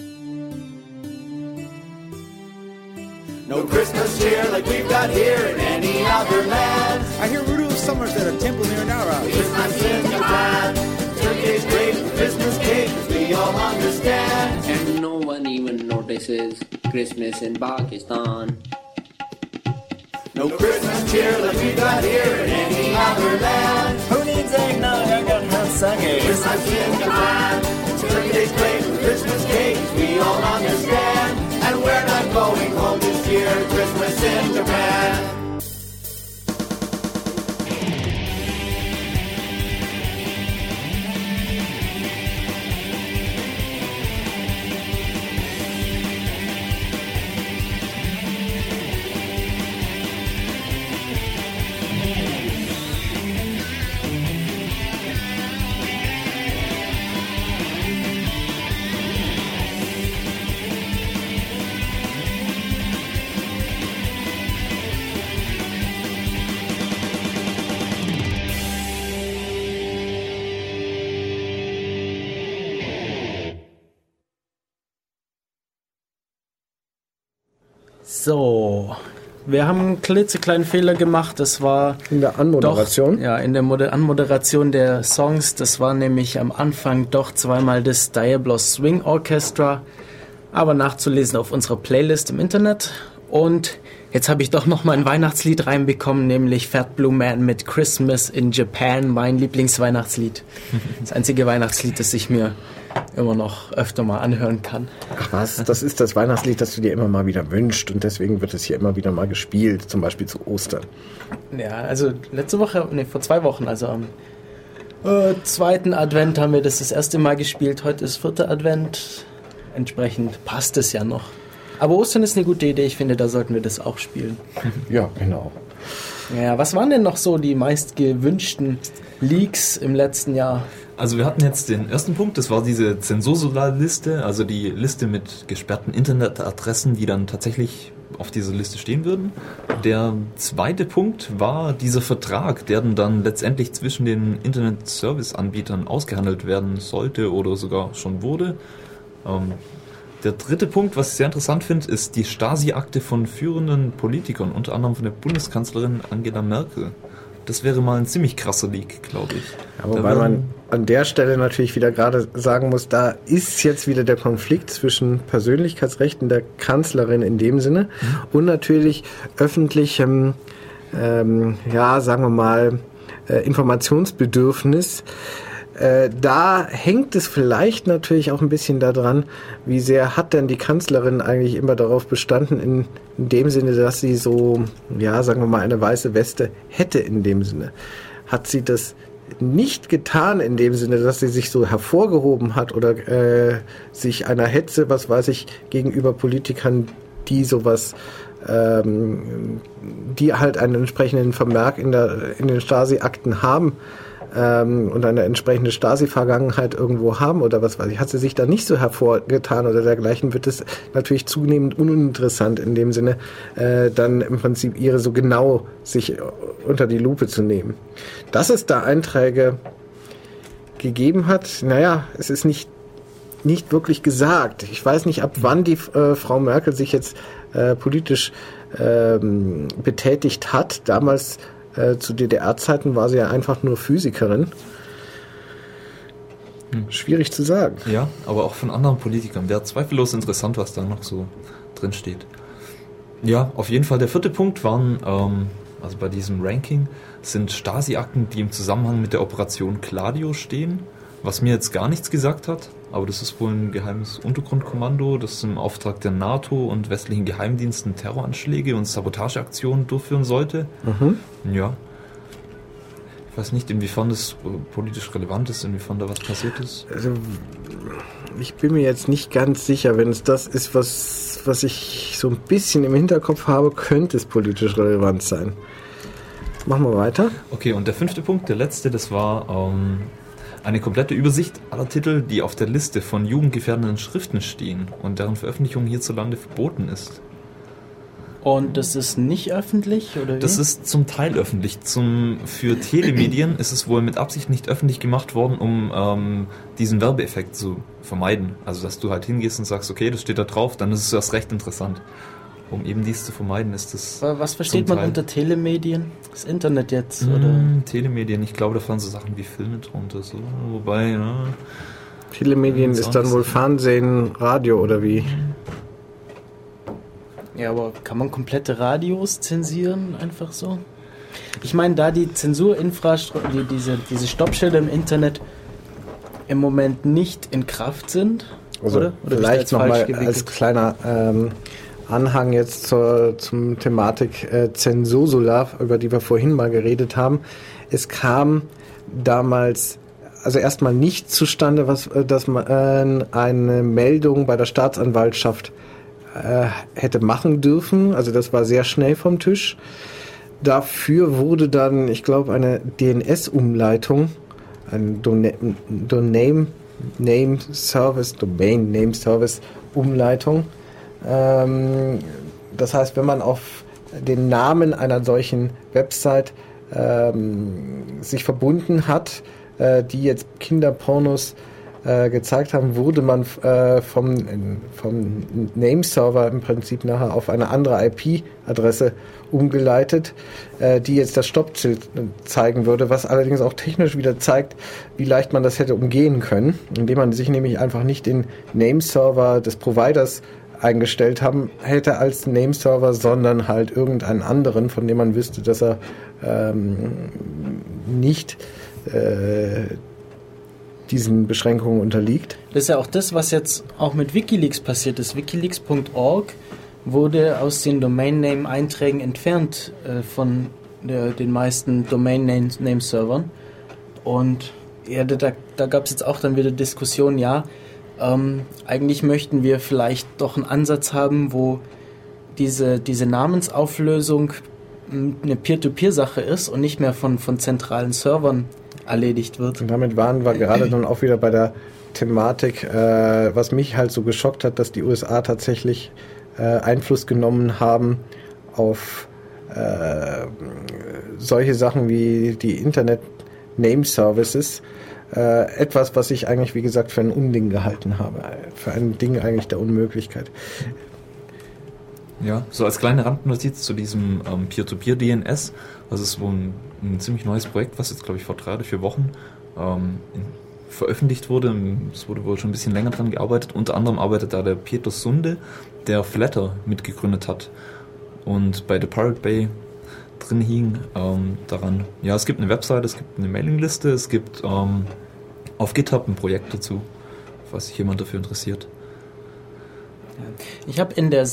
No Christmas cheer like we've got here in any other land. I hear Rudolph Summers at a temple near Nara. Christmas in Japan. Turkey Day's great with Christmas cake, cause we all understand. And no one even notices Christmas in Pakistan. No Christmas cheer like we got here in any other land. Who needs eggnog? I got hot sake. Christmas in Japan. Turkey Day's great with Christmas cake, we all understand. And we're not going home this year. Christmas in Japan. So, wir haben einen klitzekleinen Fehler gemacht. Das war in der Anmoderation. Doch, ja, in der Mod- Anmoderation der Songs. Das war nämlich am Anfang doch zweimal das Diablos Swing Orchestra, aber nachzulesen auf unserer Playlist im Internet. Und jetzt habe ich doch noch mal ein Weihnachtslied reinbekommen, nämlich Fat Blue Man mit Christmas in Japan, mein Lieblingsweihnachtslied. Das einzige Weihnachtslied, das ich mir immer noch öfter mal anhören kann. Ach was, das ist das Weihnachtslied, das du dir immer mal wieder wünschst und deswegen wird es hier immer wieder mal gespielt, zum Beispiel zu Ostern. Ja, also letzte Woche, nee, vor zwei Wochen, also am äh, zweiten Advent haben wir das das erste Mal gespielt. Heute ist vierter Advent, entsprechend passt es ja noch. Aber Ostern ist eine gute Idee, ich finde, da sollten wir das auch spielen. Ja, genau. Ja, was waren denn noch so die meist gewünschten Leaks im letzten Jahr? Also wir hatten jetzt den ersten Punkt, das war diese Zensursolar-Liste, also die Liste mit gesperrten Internetadressen, die dann tatsächlich auf dieser Liste stehen würden. Der zweite Punkt war dieser Vertrag, der dann letztendlich zwischen den Internet-Service-Anbietern ausgehandelt werden sollte oder sogar schon wurde. Ähm, Der dritte Punkt, was ich sehr interessant finde, ist die Stasi-Akte von führenden Politikern, unter anderem von der Bundeskanzlerin Angela Merkel. Das wäre mal ein ziemlich krasser Leak, glaube ich. Ja, wobei man an der Stelle natürlich wieder gerade sagen muss, da ist jetzt wieder der Konflikt zwischen Persönlichkeitsrechten der Kanzlerin in dem Sinne mhm. und natürlich öffentlichem, ähm, ja, sagen wir mal, äh, Informationsbedürfnis. Äh, da hängt es vielleicht natürlich auch ein bisschen daran, wie sehr hat denn die Kanzlerin eigentlich immer darauf bestanden, in, in dem Sinne, dass sie so, ja, sagen wir mal, eine weiße Weste hätte in dem Sinne. Hat sie das nicht getan in dem Sinne, dass sie sich so hervorgehoben hat oder äh, sich einer Hetze, was weiß ich, gegenüber Politikern, die sowas, ähm, die halt einen entsprechenden Vermerk in der in den Stasi-Akten haben ähm, und eine entsprechende Stasi-Vergangenheit irgendwo haben oder was weiß ich, hat sie sich da nicht so hervorgetan oder dergleichen, wird es natürlich zunehmend uninteressant in dem Sinne, äh, dann im Prinzip ihre so genau sich unter die Lupe zu nehmen. Dass es da Einträge gegeben hat, naja, es ist nicht nicht wirklich gesagt. Ich weiß nicht, ab wann die äh, Frau Merkel sich jetzt äh, politisch ähm, betätigt hat. Damals äh, zu D D R-Zeiten war sie ja einfach nur Physikerin. Hm. Schwierig zu sagen. Ja, aber auch von anderen Politikern. Wäre zweifellos interessant, was da noch so drin steht. Ja, auf jeden Fall der vierte Punkt waren, ähm, also bei diesem Ranking, sind Stasi-Akten, die im Zusammenhang mit der Operation Gladio stehen, was mir jetzt gar nichts gesagt hat. Aber das ist wohl ein geheimes Untergrundkommando, das im Auftrag der NATO und westlichen Geheimdiensten Terroranschläge und Sabotageaktionen durchführen sollte. Mhm. Ja. Ich weiß nicht, inwiefern das politisch relevant ist, inwiefern da was passiert ist. Also, ich bin mir jetzt nicht ganz sicher, wenn es das ist, was, was ich so ein bisschen im Hinterkopf habe, könnte es politisch relevant sein. Machen wir weiter. Okay, und der fünfte Punkt, der letzte, das war ähm, eine komplette Übersicht aller Titel, die auf der Liste von jugendgefährdenden Schriften stehen und deren Veröffentlichung hierzulande verboten ist. Und das ist nicht öffentlich, oder wie? Das ist zum Teil öffentlich. Zum, für Telemedien ist es wohl mit Absicht nicht öffentlich gemacht worden, um ähm, diesen Werbeeffekt zu vermeiden. Also, dass du halt hingehst und sagst, okay, das steht da drauf, dann ist es erst recht interessant. Um eben dies zu vermeiden, ist das. Was versteht man unter Telemedien? Das Internet jetzt, mmh, oder? Telemedien, ich glaube, da fahren so Sachen wie Filme drunter, so. Wobei, ja. Telemedien ist dann wohl Fernsehen, Radio oder wie? Ja, aber kann man komplette Radios zensieren, einfach so? Ich meine, da die Zensurinfrastruktur, die, diese, diese Stoppschilder im Internet im Moment nicht in Kraft sind, also oder? Oder vielleicht nochmal als kleiner ähm, Anhang jetzt zur zum Thematik äh, Zensursula, über die wir vorhin mal geredet haben. Es kam damals also erstmal nicht zustande, was, dass man äh, eine Meldung bei der Staatsanwaltschaft äh, hätte machen dürfen. Also das war sehr schnell vom Tisch. Dafür wurde dann, ich glaube, eine D N S-Umleitung, ein Domain Name Service, Domain Name Service Umleitung. Ähm, das heißt, wenn man auf den Namen einer solchen Website ähm, sich verbunden hat, äh, die jetzt Kinderpornos äh, gezeigt haben, wurde man äh, vom, vom Name-Server im Prinzip nachher auf eine andere I P-Adresse umgeleitet, äh, die jetzt das Stoppschild zeigen würde, was allerdings auch technisch wieder zeigt, wie leicht man das hätte umgehen können, indem man sich nämlich einfach nicht den Name-Server des Providers eingestellt haben hätte als Nameserver, sondern halt irgendeinen anderen, von dem man wüsste, dass er ähm, nicht äh, diesen Beschränkungen unterliegt. Das ist ja auch das, was jetzt auch mit WikiLeaks passiert ist. Wikileaks Punkt org wurde aus den Domain-Name-Einträgen entfernt äh, von der, den meisten Domain-Name-Servern. Und ja, da, da gab es jetzt auch dann wieder Diskussionen, ja, Ähm, eigentlich möchten wir vielleicht doch einen Ansatz haben, wo diese, diese Namensauflösung eine Peer-to-Peer-Sache ist und nicht mehr von, von zentralen Servern erledigt wird. Und damit waren wir gerade dann auch wieder bei der Thematik, äh, was mich halt so geschockt hat, dass die U S A tatsächlich äh, Einfluss genommen haben auf äh, solche Sachen wie die Internet-Name-Services. Äh, etwas, was ich eigentlich, wie gesagt, für ein Unding gehalten habe. Für ein Ding eigentlich der Unmöglichkeit. Ja, so als kleine Randnotiz zu diesem ähm, Peer-to-Peer-D N S. Das ist wohl ein, ein ziemlich neues Projekt, was jetzt, glaube ich, vor drei oder vier Wochen ähm, in, veröffentlicht wurde. Es wurde wohl schon ein bisschen länger dran gearbeitet. Unter anderem arbeitet da der Peter Sunde, der Flatter mitgegründet hat und bei The Pirate Bay drin hing, ähm, daran. Ja, es gibt eine Website, es gibt eine Mailingliste, es gibt ähm, auf GitHub ein Projekt dazu, falls sich jemand dafür interessiert. Ich habe in der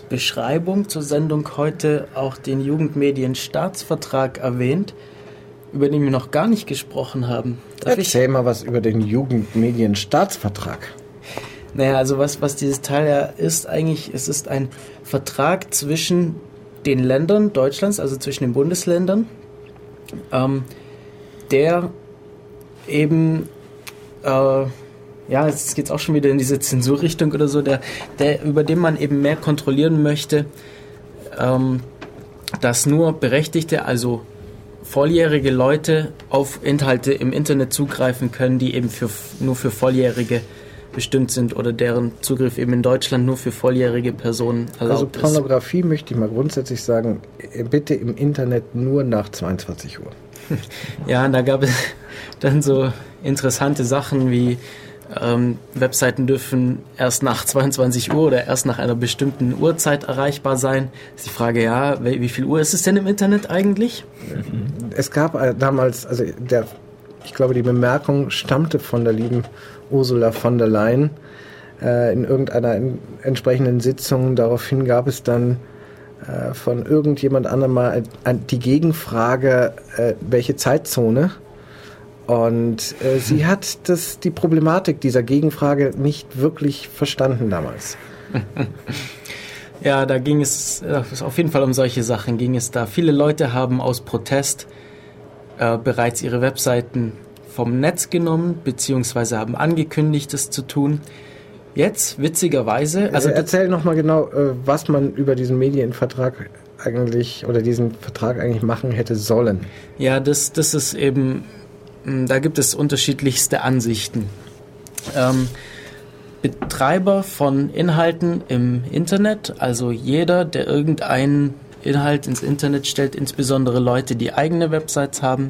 Sendungsbeschreibung zur Sendung heute auch den Jugendmedienstaatsvertrag erwähnt. über den wir noch gar nicht gesprochen haben. Darf Erzähl ich? mal was über den Jugendmedienstaatsvertrag. Naja, also was, was dieses Teil ja ist eigentlich, es ist ein Vertrag zwischen den Ländern Deutschlands, also zwischen den Bundesländern, ähm, der eben, äh, ja, jetzt geht es auch schon wieder in diese Zensurrichtung oder so, der, der, über den man eben mehr kontrollieren möchte, ähm, dass nur Berechtigte, also volljährige Leute auf Inhalte im Internet zugreifen können, die eben für, nur für Volljährige bestimmt sind oder deren Zugriff eben in Deutschland nur für volljährige Personen erlaubt ist. Also Pornografie ist. Möchte ich mal grundsätzlich sagen, bitte im Internet nur nach zweiundzwanzig Uhr. Ja, da gab es dann so interessante Sachen wie ähm, Webseiten dürfen erst nach zweiundzwanzig Uhr oder erst nach einer bestimmten Uhrzeit erreichbar sein. Ist die Frage, ja, wie viel Uhr ist es denn im Internet eigentlich? Es gab damals, also der, ich glaube, die Bemerkung stammte von der lieben Ursula von der Leyen äh, in irgendeiner in, entsprechenden Sitzung. Daraufhin gab es dann äh, von irgendjemand anderem mal äh, die Gegenfrage, äh, welche Zeitzone? Und äh, sie hat das, die Problematik dieser Gegenfrage nicht wirklich verstanden damals. Ja, da ging es äh, auf jeden Fall um solche Sachen ging es da. Viele Leute haben aus Protest äh, bereits ihre Webseiten vom Netz genommen, beziehungsweise haben angekündigt, das zu tun. Jetzt, witzigerweise... Also erzähl nochmal genau, was man über diesen Medienvertrag eigentlich, oder diesen Vertrag eigentlich machen hätte sollen. Ja, das, das ist eben, da gibt es unterschiedlichste Ansichten. Ähm, Betreiber von Inhalten im Internet, also jeder, der irgendeinen Inhalt ins Internet stellt, insbesondere Leute, die eigene Websites haben,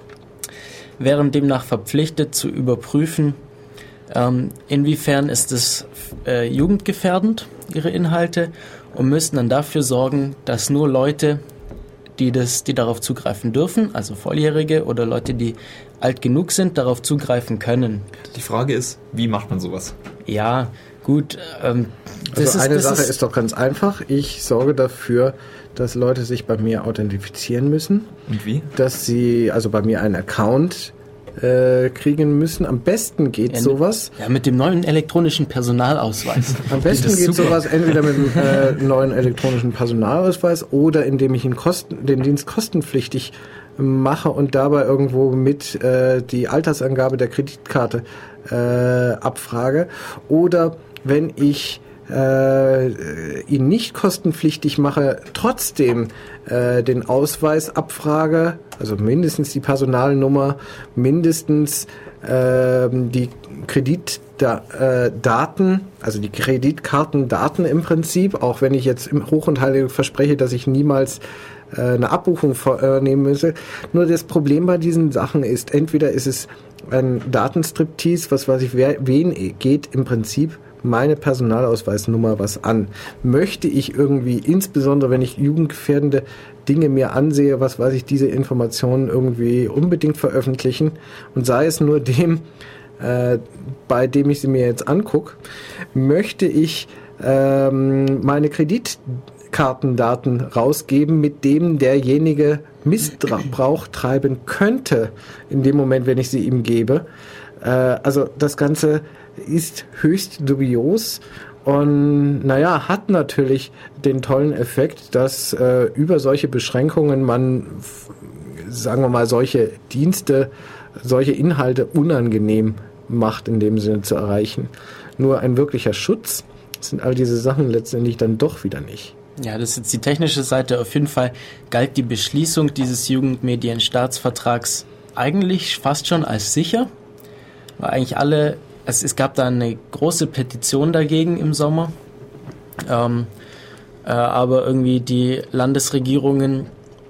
wären demnach verpflichtet zu überprüfen, ähm, inwiefern ist es äh, jugendgefährdend, ihre Inhalte, und müssten dann dafür sorgen, dass nur Leute, die, das, die darauf zugreifen dürfen, also Volljährige oder Leute, die alt genug sind, darauf zugreifen können. Die Frage ist, wie macht man sowas? Ja, gut. Ähm, das also ist, eine das Sache ist, ist doch ganz einfach. Ich sorge dafür, dass Leute sich bei mir authentifizieren müssen. Und wie? Dass sie also bei mir einen Account äh, kriegen müssen. Am besten geht ja, sowas. Ja, mit dem neuen elektronischen Personalausweis. Am besten geht super. sowas entweder mit dem äh, neuen elektronischen Personalausweis oder indem ich ihn kosten, den Dienst kostenpflichtig mache und dabei irgendwo mit äh, die Altersangabe der Kreditkarte äh, abfrage. Oder wenn ich äh, ihn nicht kostenpflichtig mache, trotzdem äh, den Ausweis abfrage, also mindestens die Personalnummer, mindestens äh, die Kreditdaten, also die Kreditkartendaten im Prinzip, auch wenn ich jetzt im Hoch und Heilig verspreche, dass ich niemals äh, eine Abbuchung vornehmen müsse. Nur das Problem bei diesen Sachen ist, entweder ist es ein Datenstriptease, was weiß ich, wer, wen geht im Prinzip meine Personalausweisnummer was an. Möchte ich irgendwie, insbesondere wenn ich jugendgefährdende Dinge mir ansehe, was weiß ich, diese Informationen irgendwie unbedingt veröffentlichen, und sei es nur dem, äh, bei dem ich sie mir jetzt angucke, möchte ich ähm, meine Kreditkartendaten rausgeben, mit dem derjenige Missbrauch treiben könnte, in dem Moment, wenn ich sie ihm gebe. Äh, also das Ganze ist höchst dubios und naja, hat natürlich den tollen Effekt, dass äh, über solche Beschränkungen man, sagen wir mal, solche Dienste, solche Inhalte unangenehm macht, in dem Sinne zu erreichen. Nur ein wirklicher Schutz sind all diese Sachen letztendlich dann doch wieder nicht. Ja, das ist jetzt die technische Seite. Auf jeden Fall galt die Beschließung dieses Jugendmedienstaatsvertrags eigentlich fast schon als sicher, weil eigentlich alle, es, es gab da eine große Petition dagegen im Sommer, ähm, äh, aber irgendwie die Landesregierungen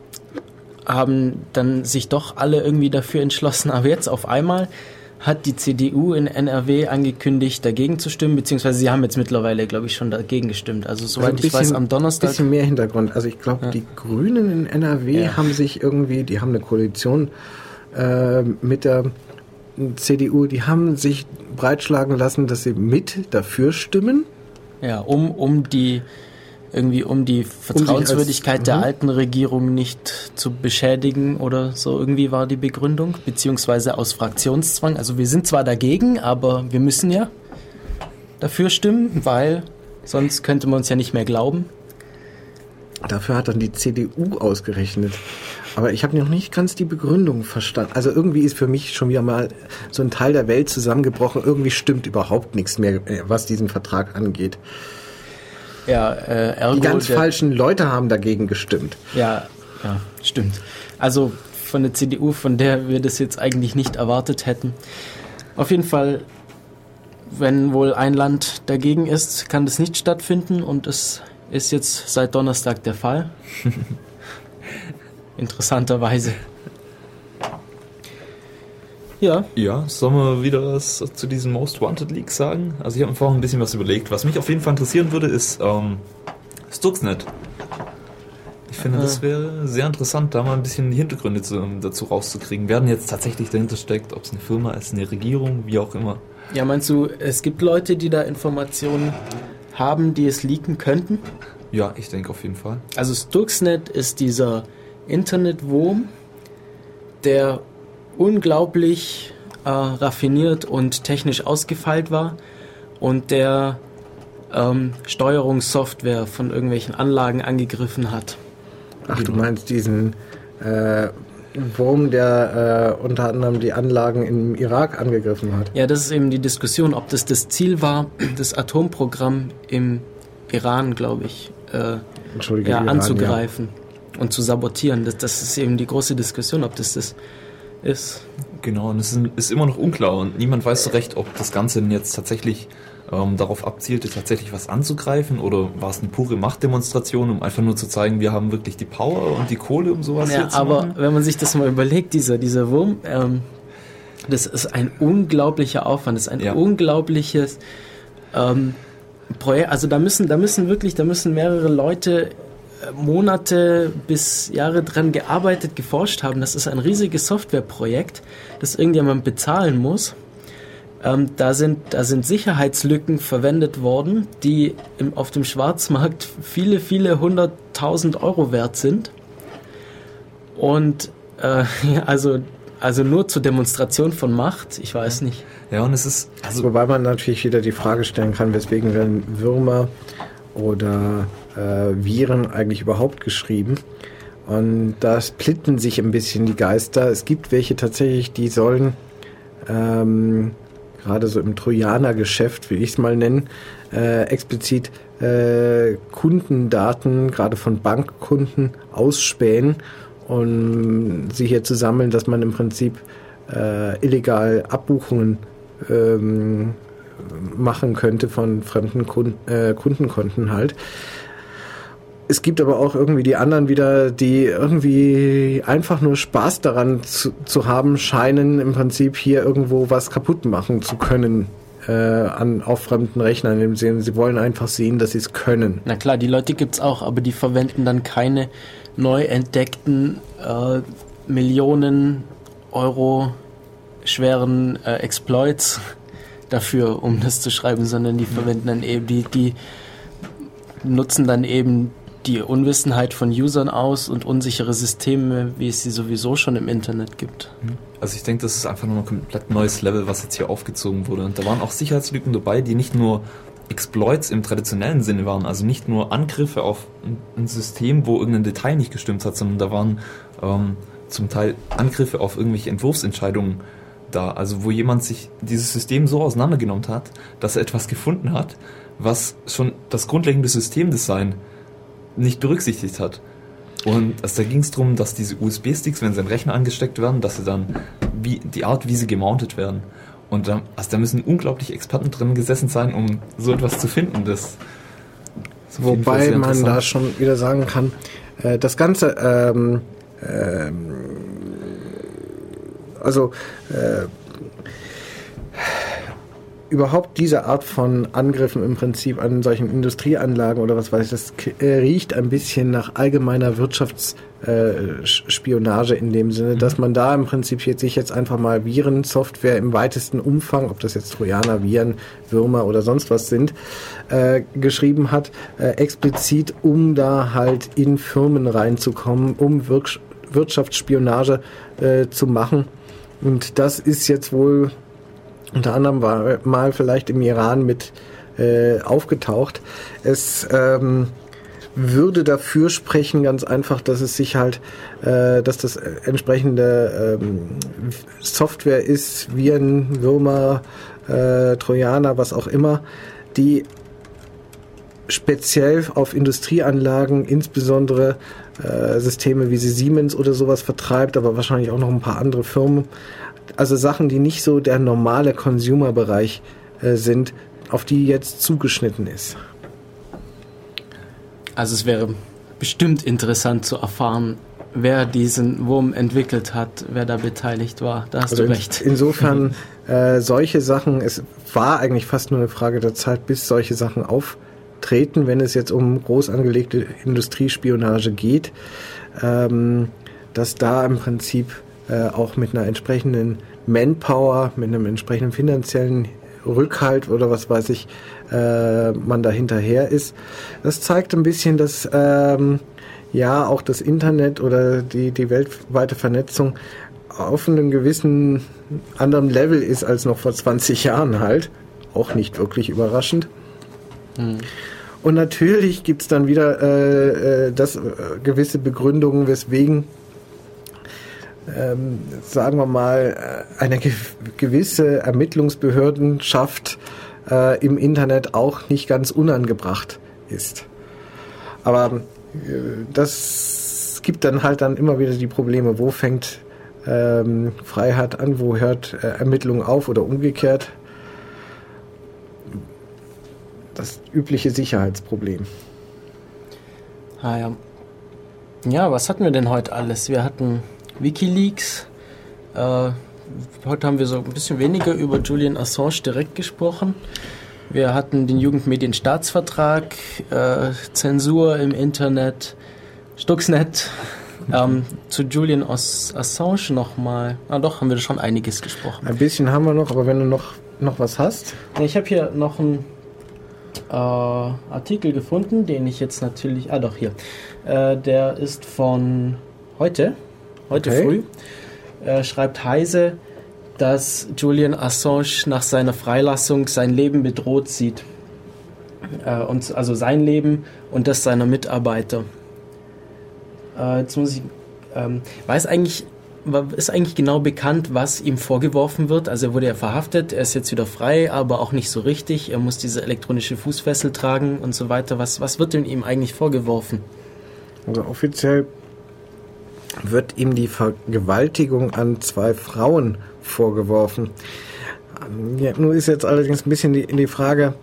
haben dann sich doch alle irgendwie dafür entschlossen, aber jetzt auf einmal hat die C D U in N R W angekündigt, dagegen zu stimmen, beziehungsweise sie haben jetzt mittlerweile, glaube ich, schon dagegen gestimmt. Also soweit also bisschen, ich weiß, am Donnerstag... Ein bisschen mehr Hintergrund. Also ich glaube, ja. die Grünen in N R W ja. haben sich irgendwie, die haben eine Koalition äh, mit der C D U, die haben sich breitschlagen lassen, dass sie mit dafür stimmen. Ja, um, um die irgendwie um die Vertrauenswürdigkeit als, der mhm. alten Regierung nicht zu beschädigen oder so irgendwie war die Begründung, beziehungsweise aus Fraktionszwang. Also wir sind zwar dagegen, aber wir müssen ja dafür stimmen, weil sonst könnte man uns ja nicht mehr glauben. Dafür hat dann die C D U ausgerechnet. Aber ich habe noch nicht ganz die Begründung verstanden. Also irgendwie ist für mich schon wieder mal so ein Teil der Welt zusammengebrochen. Irgendwie stimmt überhaupt nichts mehr, was diesen Vertrag angeht. Ja, äh, ergo die ganz der, falschen Leute haben dagegen gestimmt. Ja, ja, stimmt. Also von der C D U, von der wir das jetzt eigentlich nicht erwartet hätten. Auf jeden Fall, wenn wohl ein Land dagegen ist, kann das nicht stattfinden und es ist jetzt seit Donnerstag der Fall. Interessanterweise. Ja. Ja, sollen wir wieder was zu diesen Most Wanted Leaks sagen? Also ich habe mir vorhin ein bisschen was überlegt. Was mich auf jeden Fall interessieren würde, ist ähm, Stuxnet. Ich finde, äh. das wäre sehr interessant, da mal ein bisschen die Hintergründe zu, dazu rauszukriegen. Wer denn jetzt tatsächlich dahinter steckt, ob es eine Firma ist, eine Regierung, wie auch immer. Ja, meinst du, es gibt Leute, die da Informationen haben, die es leaken könnten? Ja, ich denke auf jeden Fall. Also Stuxnet ist dieser Internetwurm, der unglaublich äh, raffiniert und technisch ausgefeilt war und der ähm, Steuerungssoftware von irgendwelchen Anlagen angegriffen hat. Ach, du meinst diesen äh, Wurm, der äh, unter anderem die Anlagen im Irak angegriffen hat? Ja, das ist eben die Diskussion, ob das das Ziel war, das Atomprogramm im Iran, glaube ich, äh, Entschuldige, ja, Iran, anzugreifen ja. und zu sabotieren. Das, das ist eben die große Diskussion, ob das das ist. Genau, und es ist, ist immer noch unklar und niemand weiß so recht, ob das Ganze jetzt tatsächlich ähm, darauf abzielte, tatsächlich was anzugreifen oder war es eine pure Machtdemonstration, um einfach nur zu zeigen, wir haben wirklich die Power und die Kohle, um sowas ja, hier zu aber machen. wenn man sich das mal überlegt, dieser, dieser Wurm, ähm, das ist ein unglaublicher Aufwand, das ist ein ja. unglaubliches ähm, Projekt, also da müssen, da müssen wirklich, da müssen mehrere Leute Monate bis Jahre dran gearbeitet, geforscht haben. Das ist ein riesiges Softwareprojekt, das irgendjemand bezahlen muss. Ähm, da sind, da sind Sicherheitslücken verwendet worden, die im, auf dem Schwarzmarkt viele, viele hunderttausend Euro wert sind. Und äh, also, also nur zur Demonstration von Macht, ich weiß nicht. Ja, und es ist... Also wobei man natürlich wieder die Frage stellen kann, weswegen werden Würmer oder äh, Viren eigentlich überhaupt geschrieben. Und da splitten sich ein bisschen die Geister. Es gibt welche tatsächlich, die sollen ähm, gerade so im Trojaner-Geschäft, will ich es mal nennen, äh, explizit äh, Kundendaten, gerade von Bankkunden, ausspähen, um sie hier zu sammeln, dass man im Prinzip äh, illegal Abbuchungen ähm, machen könnte von fremden Kunden, äh, Kundenkonten halt. Es gibt aber auch irgendwie die anderen wieder, die irgendwie einfach nur Spaß daran zu, zu haben scheinen, im Prinzip hier irgendwo was kaputt machen zu können äh, an, auf fremden Rechnern. Im Sinne, sie wollen einfach sehen, dass sie es können. Na klar, die Leute gibt's auch, aber die verwenden dann keine neu entdeckten äh, Millionen Euro schweren äh, Exploits dafür, um das zu schreiben, sondern die verwenden dann eben, die, die nutzen dann eben die Unwissenheit von Usern aus und unsichere Systeme, wie es sie sowieso schon im Internet gibt. Also ich denke, das ist einfach nur ein komplett neues Level, was jetzt hier aufgezogen wurde. Und da waren auch Sicherheitslücken dabei, die nicht nur Exploits im traditionellen Sinne waren, also nicht nur Angriffe auf ein System, wo irgendein Detail nicht gestimmt hat, sondern da waren ähm, zum Teil Angriffe auf irgendwelche Entwurfsentscheidungen da, also wo jemand sich dieses System so auseinandergenommen hat, dass er etwas gefunden hat, was schon das grundlegende Systemdesign nicht berücksichtigt hat. Und also da ging es darum, dass diese U S B-Sticks, wenn sie in den Rechner angesteckt werden, dass sie dann, wie die Art, wie sie gemountet werden. Und da, also da müssen unglaublich Experten drin gesessen sein, um so etwas zu finden. Das Wobei man da schon wieder sagen kann, äh, das Ganze, ähm, ähm, also äh, überhaupt diese Art von Angriffen im Prinzip an solchen Industrieanlagen oder was weiß ich, das äh, riecht ein bisschen nach allgemeiner Wirtschaftsspionage äh, in dem Sinne, mhm. dass man da im Prinzip jetzt, sich jetzt einfach mal Viren, Software im weitesten Umfang, ob das jetzt Trojaner, Viren, Würmer oder sonst was sind, äh, geschrieben hat, äh, explizit, um da halt in Firmen reinzukommen, um Wir- Wirtschaftsspionage äh, zu machen. Und das ist jetzt wohl unter anderem war mal vielleicht im Iran mit äh, aufgetaucht. Es ähm, würde dafür sprechen, ganz einfach, dass es sich halt, äh, dass das entsprechende ähm, Software ist, Viren, Würmer, äh, Trojaner, was auch immer, die speziell auf Industrieanlagen, insbesondere äh, Systeme wie sie Siemens oder sowas vertreibt, aber wahrscheinlich auch noch ein paar andere Firmen. Also Sachen, die nicht so der normale Consumer-Bereich äh, sind, auf die jetzt zugeschnitten ist. Also es wäre bestimmt interessant zu erfahren, wer diesen Wurm entwickelt hat, wer da beteiligt war. Da hast also du recht. In, insofern äh, solche Sachen, es war eigentlich fast nur eine Frage der Zeit, bis solche Sachen auftreten, wenn es jetzt um groß angelegte Industriespionage geht, ähm, dass da im Prinzip Äh, auch mit einer entsprechenden Manpower, mit einem entsprechenden finanziellen Rückhalt oder was weiß ich, äh, man da hinterher ist. Das zeigt ein bisschen, dass ähm, ja auch das Internet oder die, die weltweite Vernetzung auf einem gewissen anderen Level ist als noch vor zwanzig Jahren halt. Auch nicht wirklich überraschend. Mhm. Und natürlich gibt es dann wieder äh, äh, das äh, gewisse Begründungen, weswegen Ähm, sagen wir mal, eine ge- gewisse Ermittlungsbehördenschaft äh, im Internet auch nicht ganz unangebracht ist. Aber äh, das gibt dann halt dann immer wieder die Probleme, wo fängt ähm, Freiheit an, wo hört äh, Ermittlung auf oder umgekehrt. Das übliche Sicherheitsproblem. Ah, ja. Ja, was hatten wir denn heute alles? Wir hatten WikiLeaks. Äh, heute haben wir so ein bisschen weniger über Julian Assange direkt gesprochen. Wir hatten den Jugendmedienstaatsvertrag, äh, Zensur im Internet, Stuxnet. Ähm, zu Julian As- Assange nochmal. Ah doch, haben wir schon einiges gesprochen. Ein bisschen haben wir noch, aber wenn du noch, noch was hast. Ich habe hier noch einen äh, Artikel gefunden, den ich jetzt natürlich... Ah doch, hier. Äh, der ist von heute. Heute okay. früh, äh, schreibt Heise, dass Julian Assange nach seiner Freilassung sein Leben bedroht sieht. Äh, und, also sein Leben und das seiner Mitarbeiter. Äh, jetzt muss ich, ähm, weiß eigentlich, ist eigentlich genau bekannt, was ihm vorgeworfen wird. Also er wurde ja verhaftet, er ist jetzt wieder frei, aber auch nicht so richtig. Er muss diese elektronische Fußfessel tragen und so weiter. Was, was wird denn ihm eigentlich vorgeworfen? Also offiziell wird ihm die Vergewaltigung an zwei Frauen vorgeworfen. Ja, nun ist jetzt allerdings ein bisschen die, die Frage,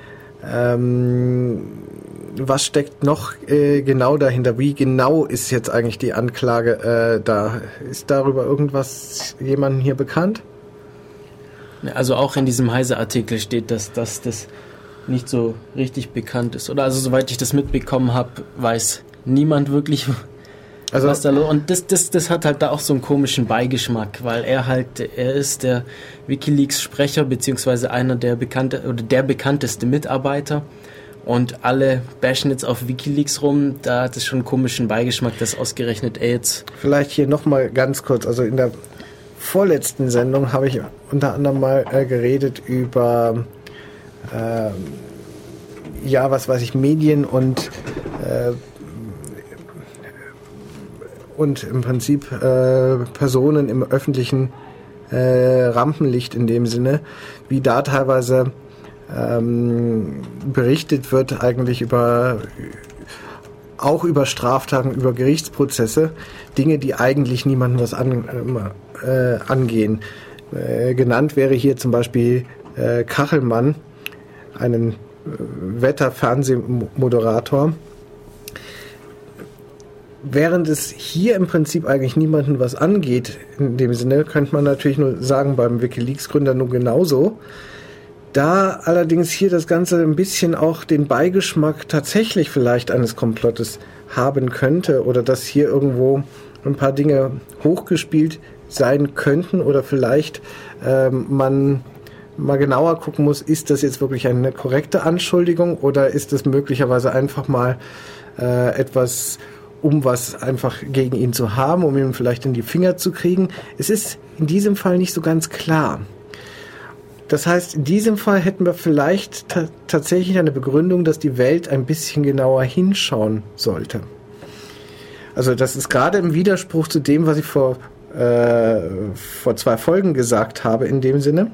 ähm, was steckt noch äh, genau dahinter? Wie genau ist jetzt eigentlich die Anklage äh, da? Ist darüber irgendwas jemandem hier bekannt? Also auch in diesem Heise-Artikel steht, dass, dass das nicht so richtig bekannt ist. Oder also soweit ich das mitbekommen habe, weiß niemand wirklich... Also, was da los? Und das, das, das hat halt da auch so einen komischen Beigeschmack, weil er halt, er ist der WikiLeaks-Sprecher, beziehungsweise einer der bekannte oder der bekannteste Mitarbeiter. Und alle bashen jetzt auf WikiLeaks rum, da hat es schon einen komischen Beigeschmack, dass ausgerechnet er jetzt... Vielleicht hier nochmal ganz kurz, also in der vorletzten Sendung habe ich unter anderem mal äh, geredet über, äh, ja, was weiß ich, Medien und äh, und im Prinzip äh, Personen im öffentlichen äh, Rampenlicht in dem Sinne, wie da teilweise ähm, berichtet wird eigentlich über auch über Straftaten, über Gerichtsprozesse, Dinge, die eigentlich niemandem was an, äh, angehen. Äh, genannt wäre hier zum Beispiel äh, Kachelmann, einen äh, Wetter-Fernsehmoderator. Während es hier im Prinzip eigentlich niemandem was angeht, in dem Sinne, könnte man natürlich nur sagen, beim WikiLeaks-Gründer nur genauso, Da allerdings hier das Ganze ein bisschen auch den Beigeschmack tatsächlich vielleicht eines Komplottes haben könnte oder dass hier irgendwo ein paar Dinge hochgespielt sein könnten oder vielleicht ähm, man mal genauer gucken muss, ist das jetzt wirklich eine korrekte Anschuldigung oder ist das möglicherweise einfach mal äh, etwas, um was einfach gegen ihn zu haben, um ihn vielleicht in die Finger zu kriegen. Es ist in diesem Fall nicht so ganz klar. Das heißt, in diesem Fall hätten wir vielleicht ta- tatsächlich eine Begründung, dass die Welt ein bisschen genauer hinschauen sollte. Also das ist gerade im Widerspruch zu dem, was ich vor, äh, vor zwei Folgen gesagt habe in dem Sinne.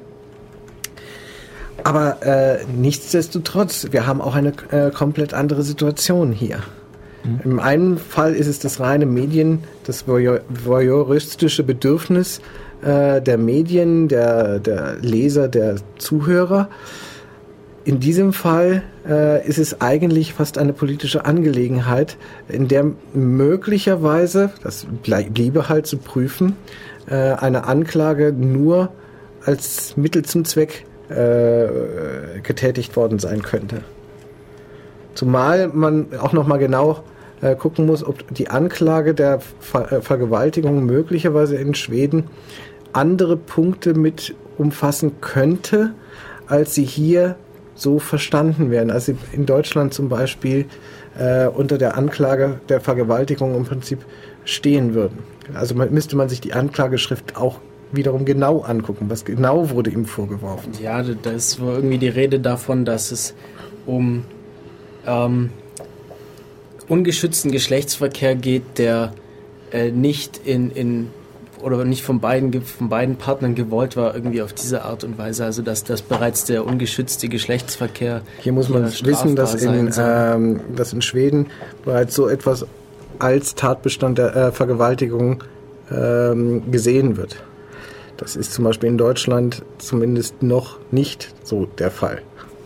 Aber äh, nichtsdestotrotz, wir haben auch eine äh, komplett andere Situation hier. Mhm. Im einen Fall ist es das reine Medien, das voyeur- voyeuristische Bedürfnis äh, der Medien, der, der Leser, der Zuhörer. In diesem Fall äh, ist es eigentlich fast eine politische Angelegenheit, in der möglicherweise, das bliebe halt zu prüfen, äh, eine Anklage nur als Mittel zum Zweck äh, getätigt worden sein könnte. Zumal man auch nochmal genau äh, gucken muss, ob die Anklage der Ver- äh, Vergewaltigung möglicherweise in Schweden andere Punkte mit umfassen könnte, als sie hier so verstanden werden, als sie in Deutschland zum Beispiel äh, unter der Anklage der Vergewaltigung im Prinzip stehen würden. Also man, müsste man sich die Anklageschrift auch wiederum genau angucken, was genau wurde ihm vorgeworfen. Ja, da ist irgendwie die Rede davon, dass es um ähm, ungeschützten Geschlechtsverkehr geht, der äh, nicht in, in oder nicht von beiden, von beiden Partnern gewollt war, irgendwie auf diese Art und Weise. Also dass das bereits der ungeschützte Geschlechtsverkehr hier muss man wissen, dass in, ähm, dass in Schweden bereits so etwas als Tatbestand der äh, Vergewaltigung ähm, gesehen wird. Das ist zum Beispiel in Deutschland zumindest noch nicht so der Fall.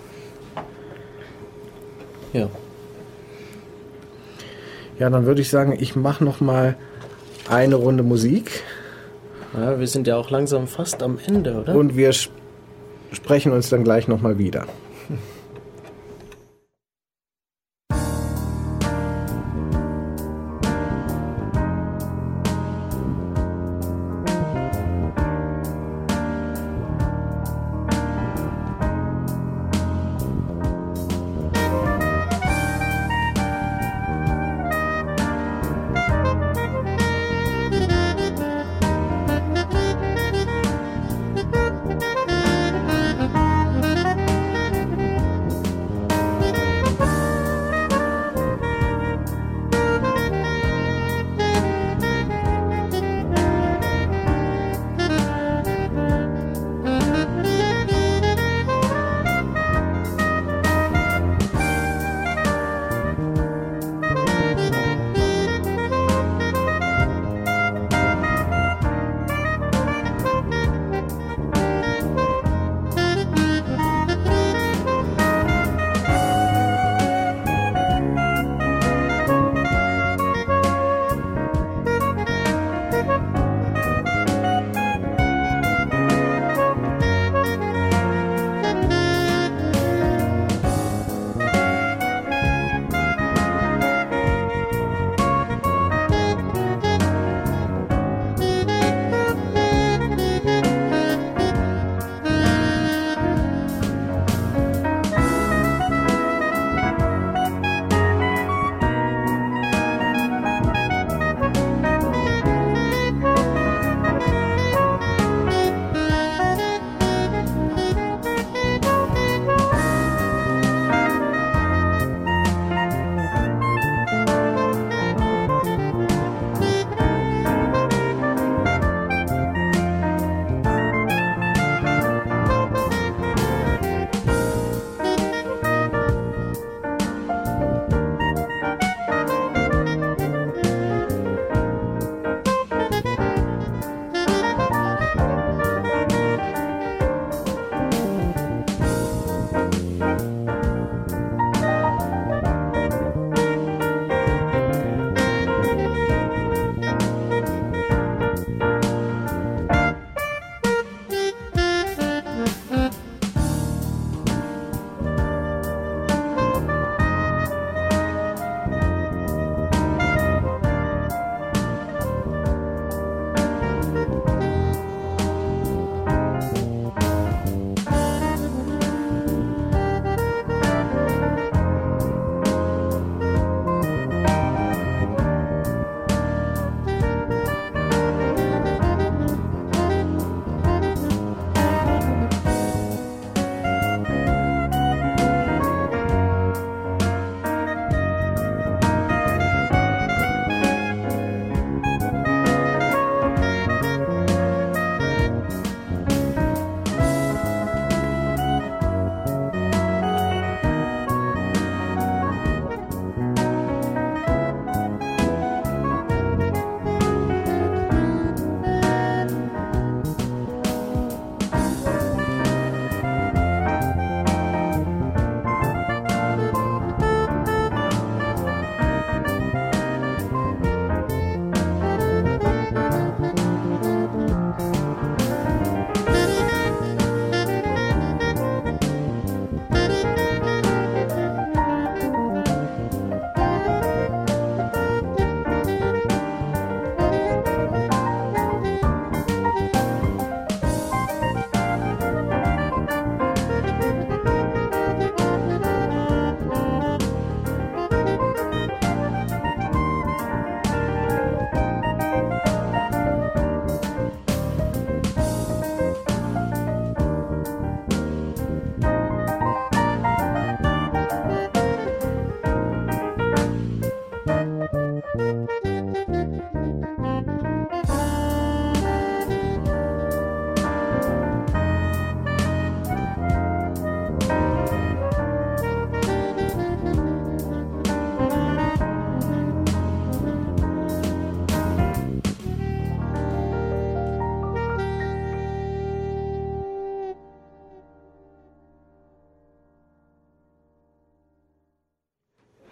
Ja. Ja, dann würde ich sagen, ich mache noch mal eine Runde Musik. Ja, wir sind ja auch langsam fast am Ende, oder? Und wir sp- sprechen uns dann gleich noch mal wieder.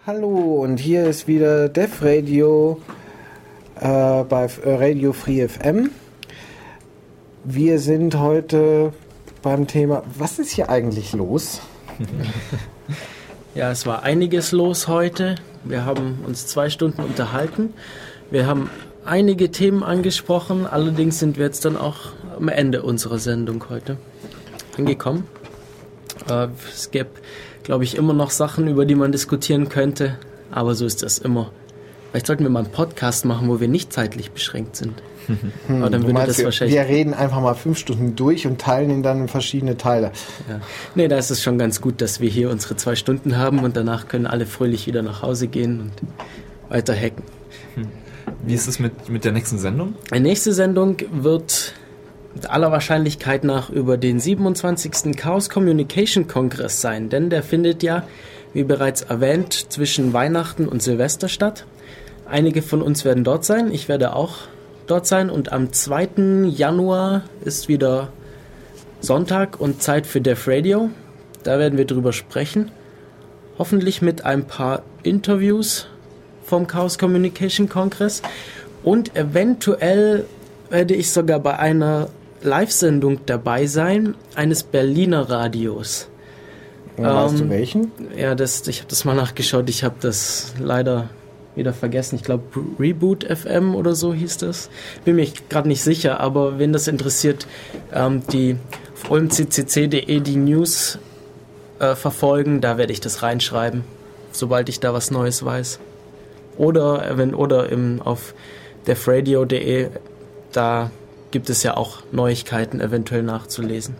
Hallo, und hier ist wieder Def Radio äh, bei Radio Free F M. Wir sind heute beim Thema, was ist hier eigentlich los? Ja, es war einiges los heute. Wir haben uns zwei Stunden unterhalten. Wir haben einige Themen angesprochen. Allerdings sind wir jetzt dann auch am Ende unserer Sendung heute angekommen. Äh, es gäbe, glaube ich, immer noch Sachen, über die man diskutieren könnte. Aber so ist das immer. Vielleicht sollten wir mal einen Podcast machen, wo wir nicht zeitlich beschränkt sind. Hm, Aber dann würde meinst, das wir, wahrscheinlich... wir reden einfach mal fünf Stunden durch und teilen ihn dann in verschiedene Teile. Ja. Nee, da ist es schon ganz gut, dass wir hier unsere zwei Stunden haben und danach können alle fröhlich wieder nach Hause gehen und weiter hacken. Wie ist es mit, mit der nächsten Sendung? Die nächste Sendung wird mit aller Wahrscheinlichkeit nach über den siebenundzwanzigsten Chaos Communication Kongress sein, denn der findet ja, wie bereits erwähnt, zwischen Weihnachten und Silvester statt. Einige von uns werden dort sein, ich werde auch dort sein und am zweiten Januar ist wieder Sonntag und Zeit für Def Radio. Da werden wir drüber sprechen. Hoffentlich mit ein paar Interviews vom Chaos Communication Kongress und eventuell werde ich sogar bei einer Live-Sendung dabei sein, eines Berliner Radios. Ja, weißt ähm, du welchen? Ja, das, ich habe das mal nachgeschaut, ich habe das leider wieder vergessen. Ich glaube Reboot F M oder so hieß das. Bin mir gerade nicht sicher, aber wen das interessiert, ähm, die auf ulm c c c punkt d e die News äh, verfolgen, da werde ich das reinschreiben, sobald ich da was Neues weiß. Oder wenn oder im, auf defradio punkt de, da gibt es ja auch Neuigkeiten eventuell nachzulesen.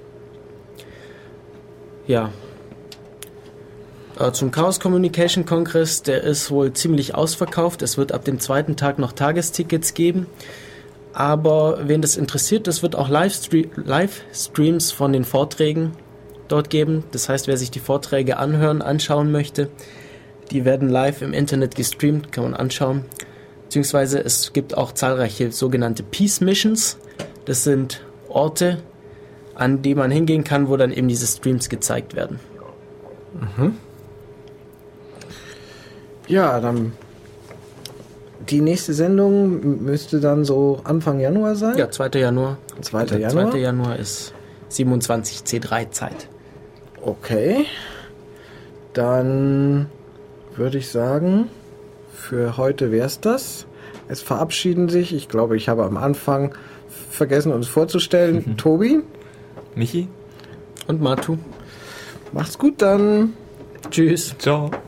Ja. Äh, zum Chaos Communication Kongress, der ist wohl ziemlich ausverkauft. Es wird ab dem zweiten Tag noch Tagestickets geben. Aber wen das interessiert, es wird auch Livestre- Livestreams von den Vorträgen dort geben. Das heißt, wer sich die Vorträge anhören, anschauen möchte, die werden live im Internet gestreamt, kann man anschauen. Beziehungsweise es gibt auch zahlreiche sogenannte Peace Missions. Das sind Orte, an die man hingehen kann, wo dann eben diese Streams gezeigt werden. Mhm. Ja, dann die nächste Sendung müsste dann so Anfang Januar sein? Ja, zweiter Januar. zweiter Der Januar? zweiter Januar ist siebenundzwanzig C drei Zeit. Okay. Dann würde ich sagen, für heute wäre es das. Es verabschieden sich, ich glaube, ich habe am Anfang vergessen, uns vorzustellen, mhm. Tobi, Michi und Matu. Macht's gut dann. Tschüss. Ciao.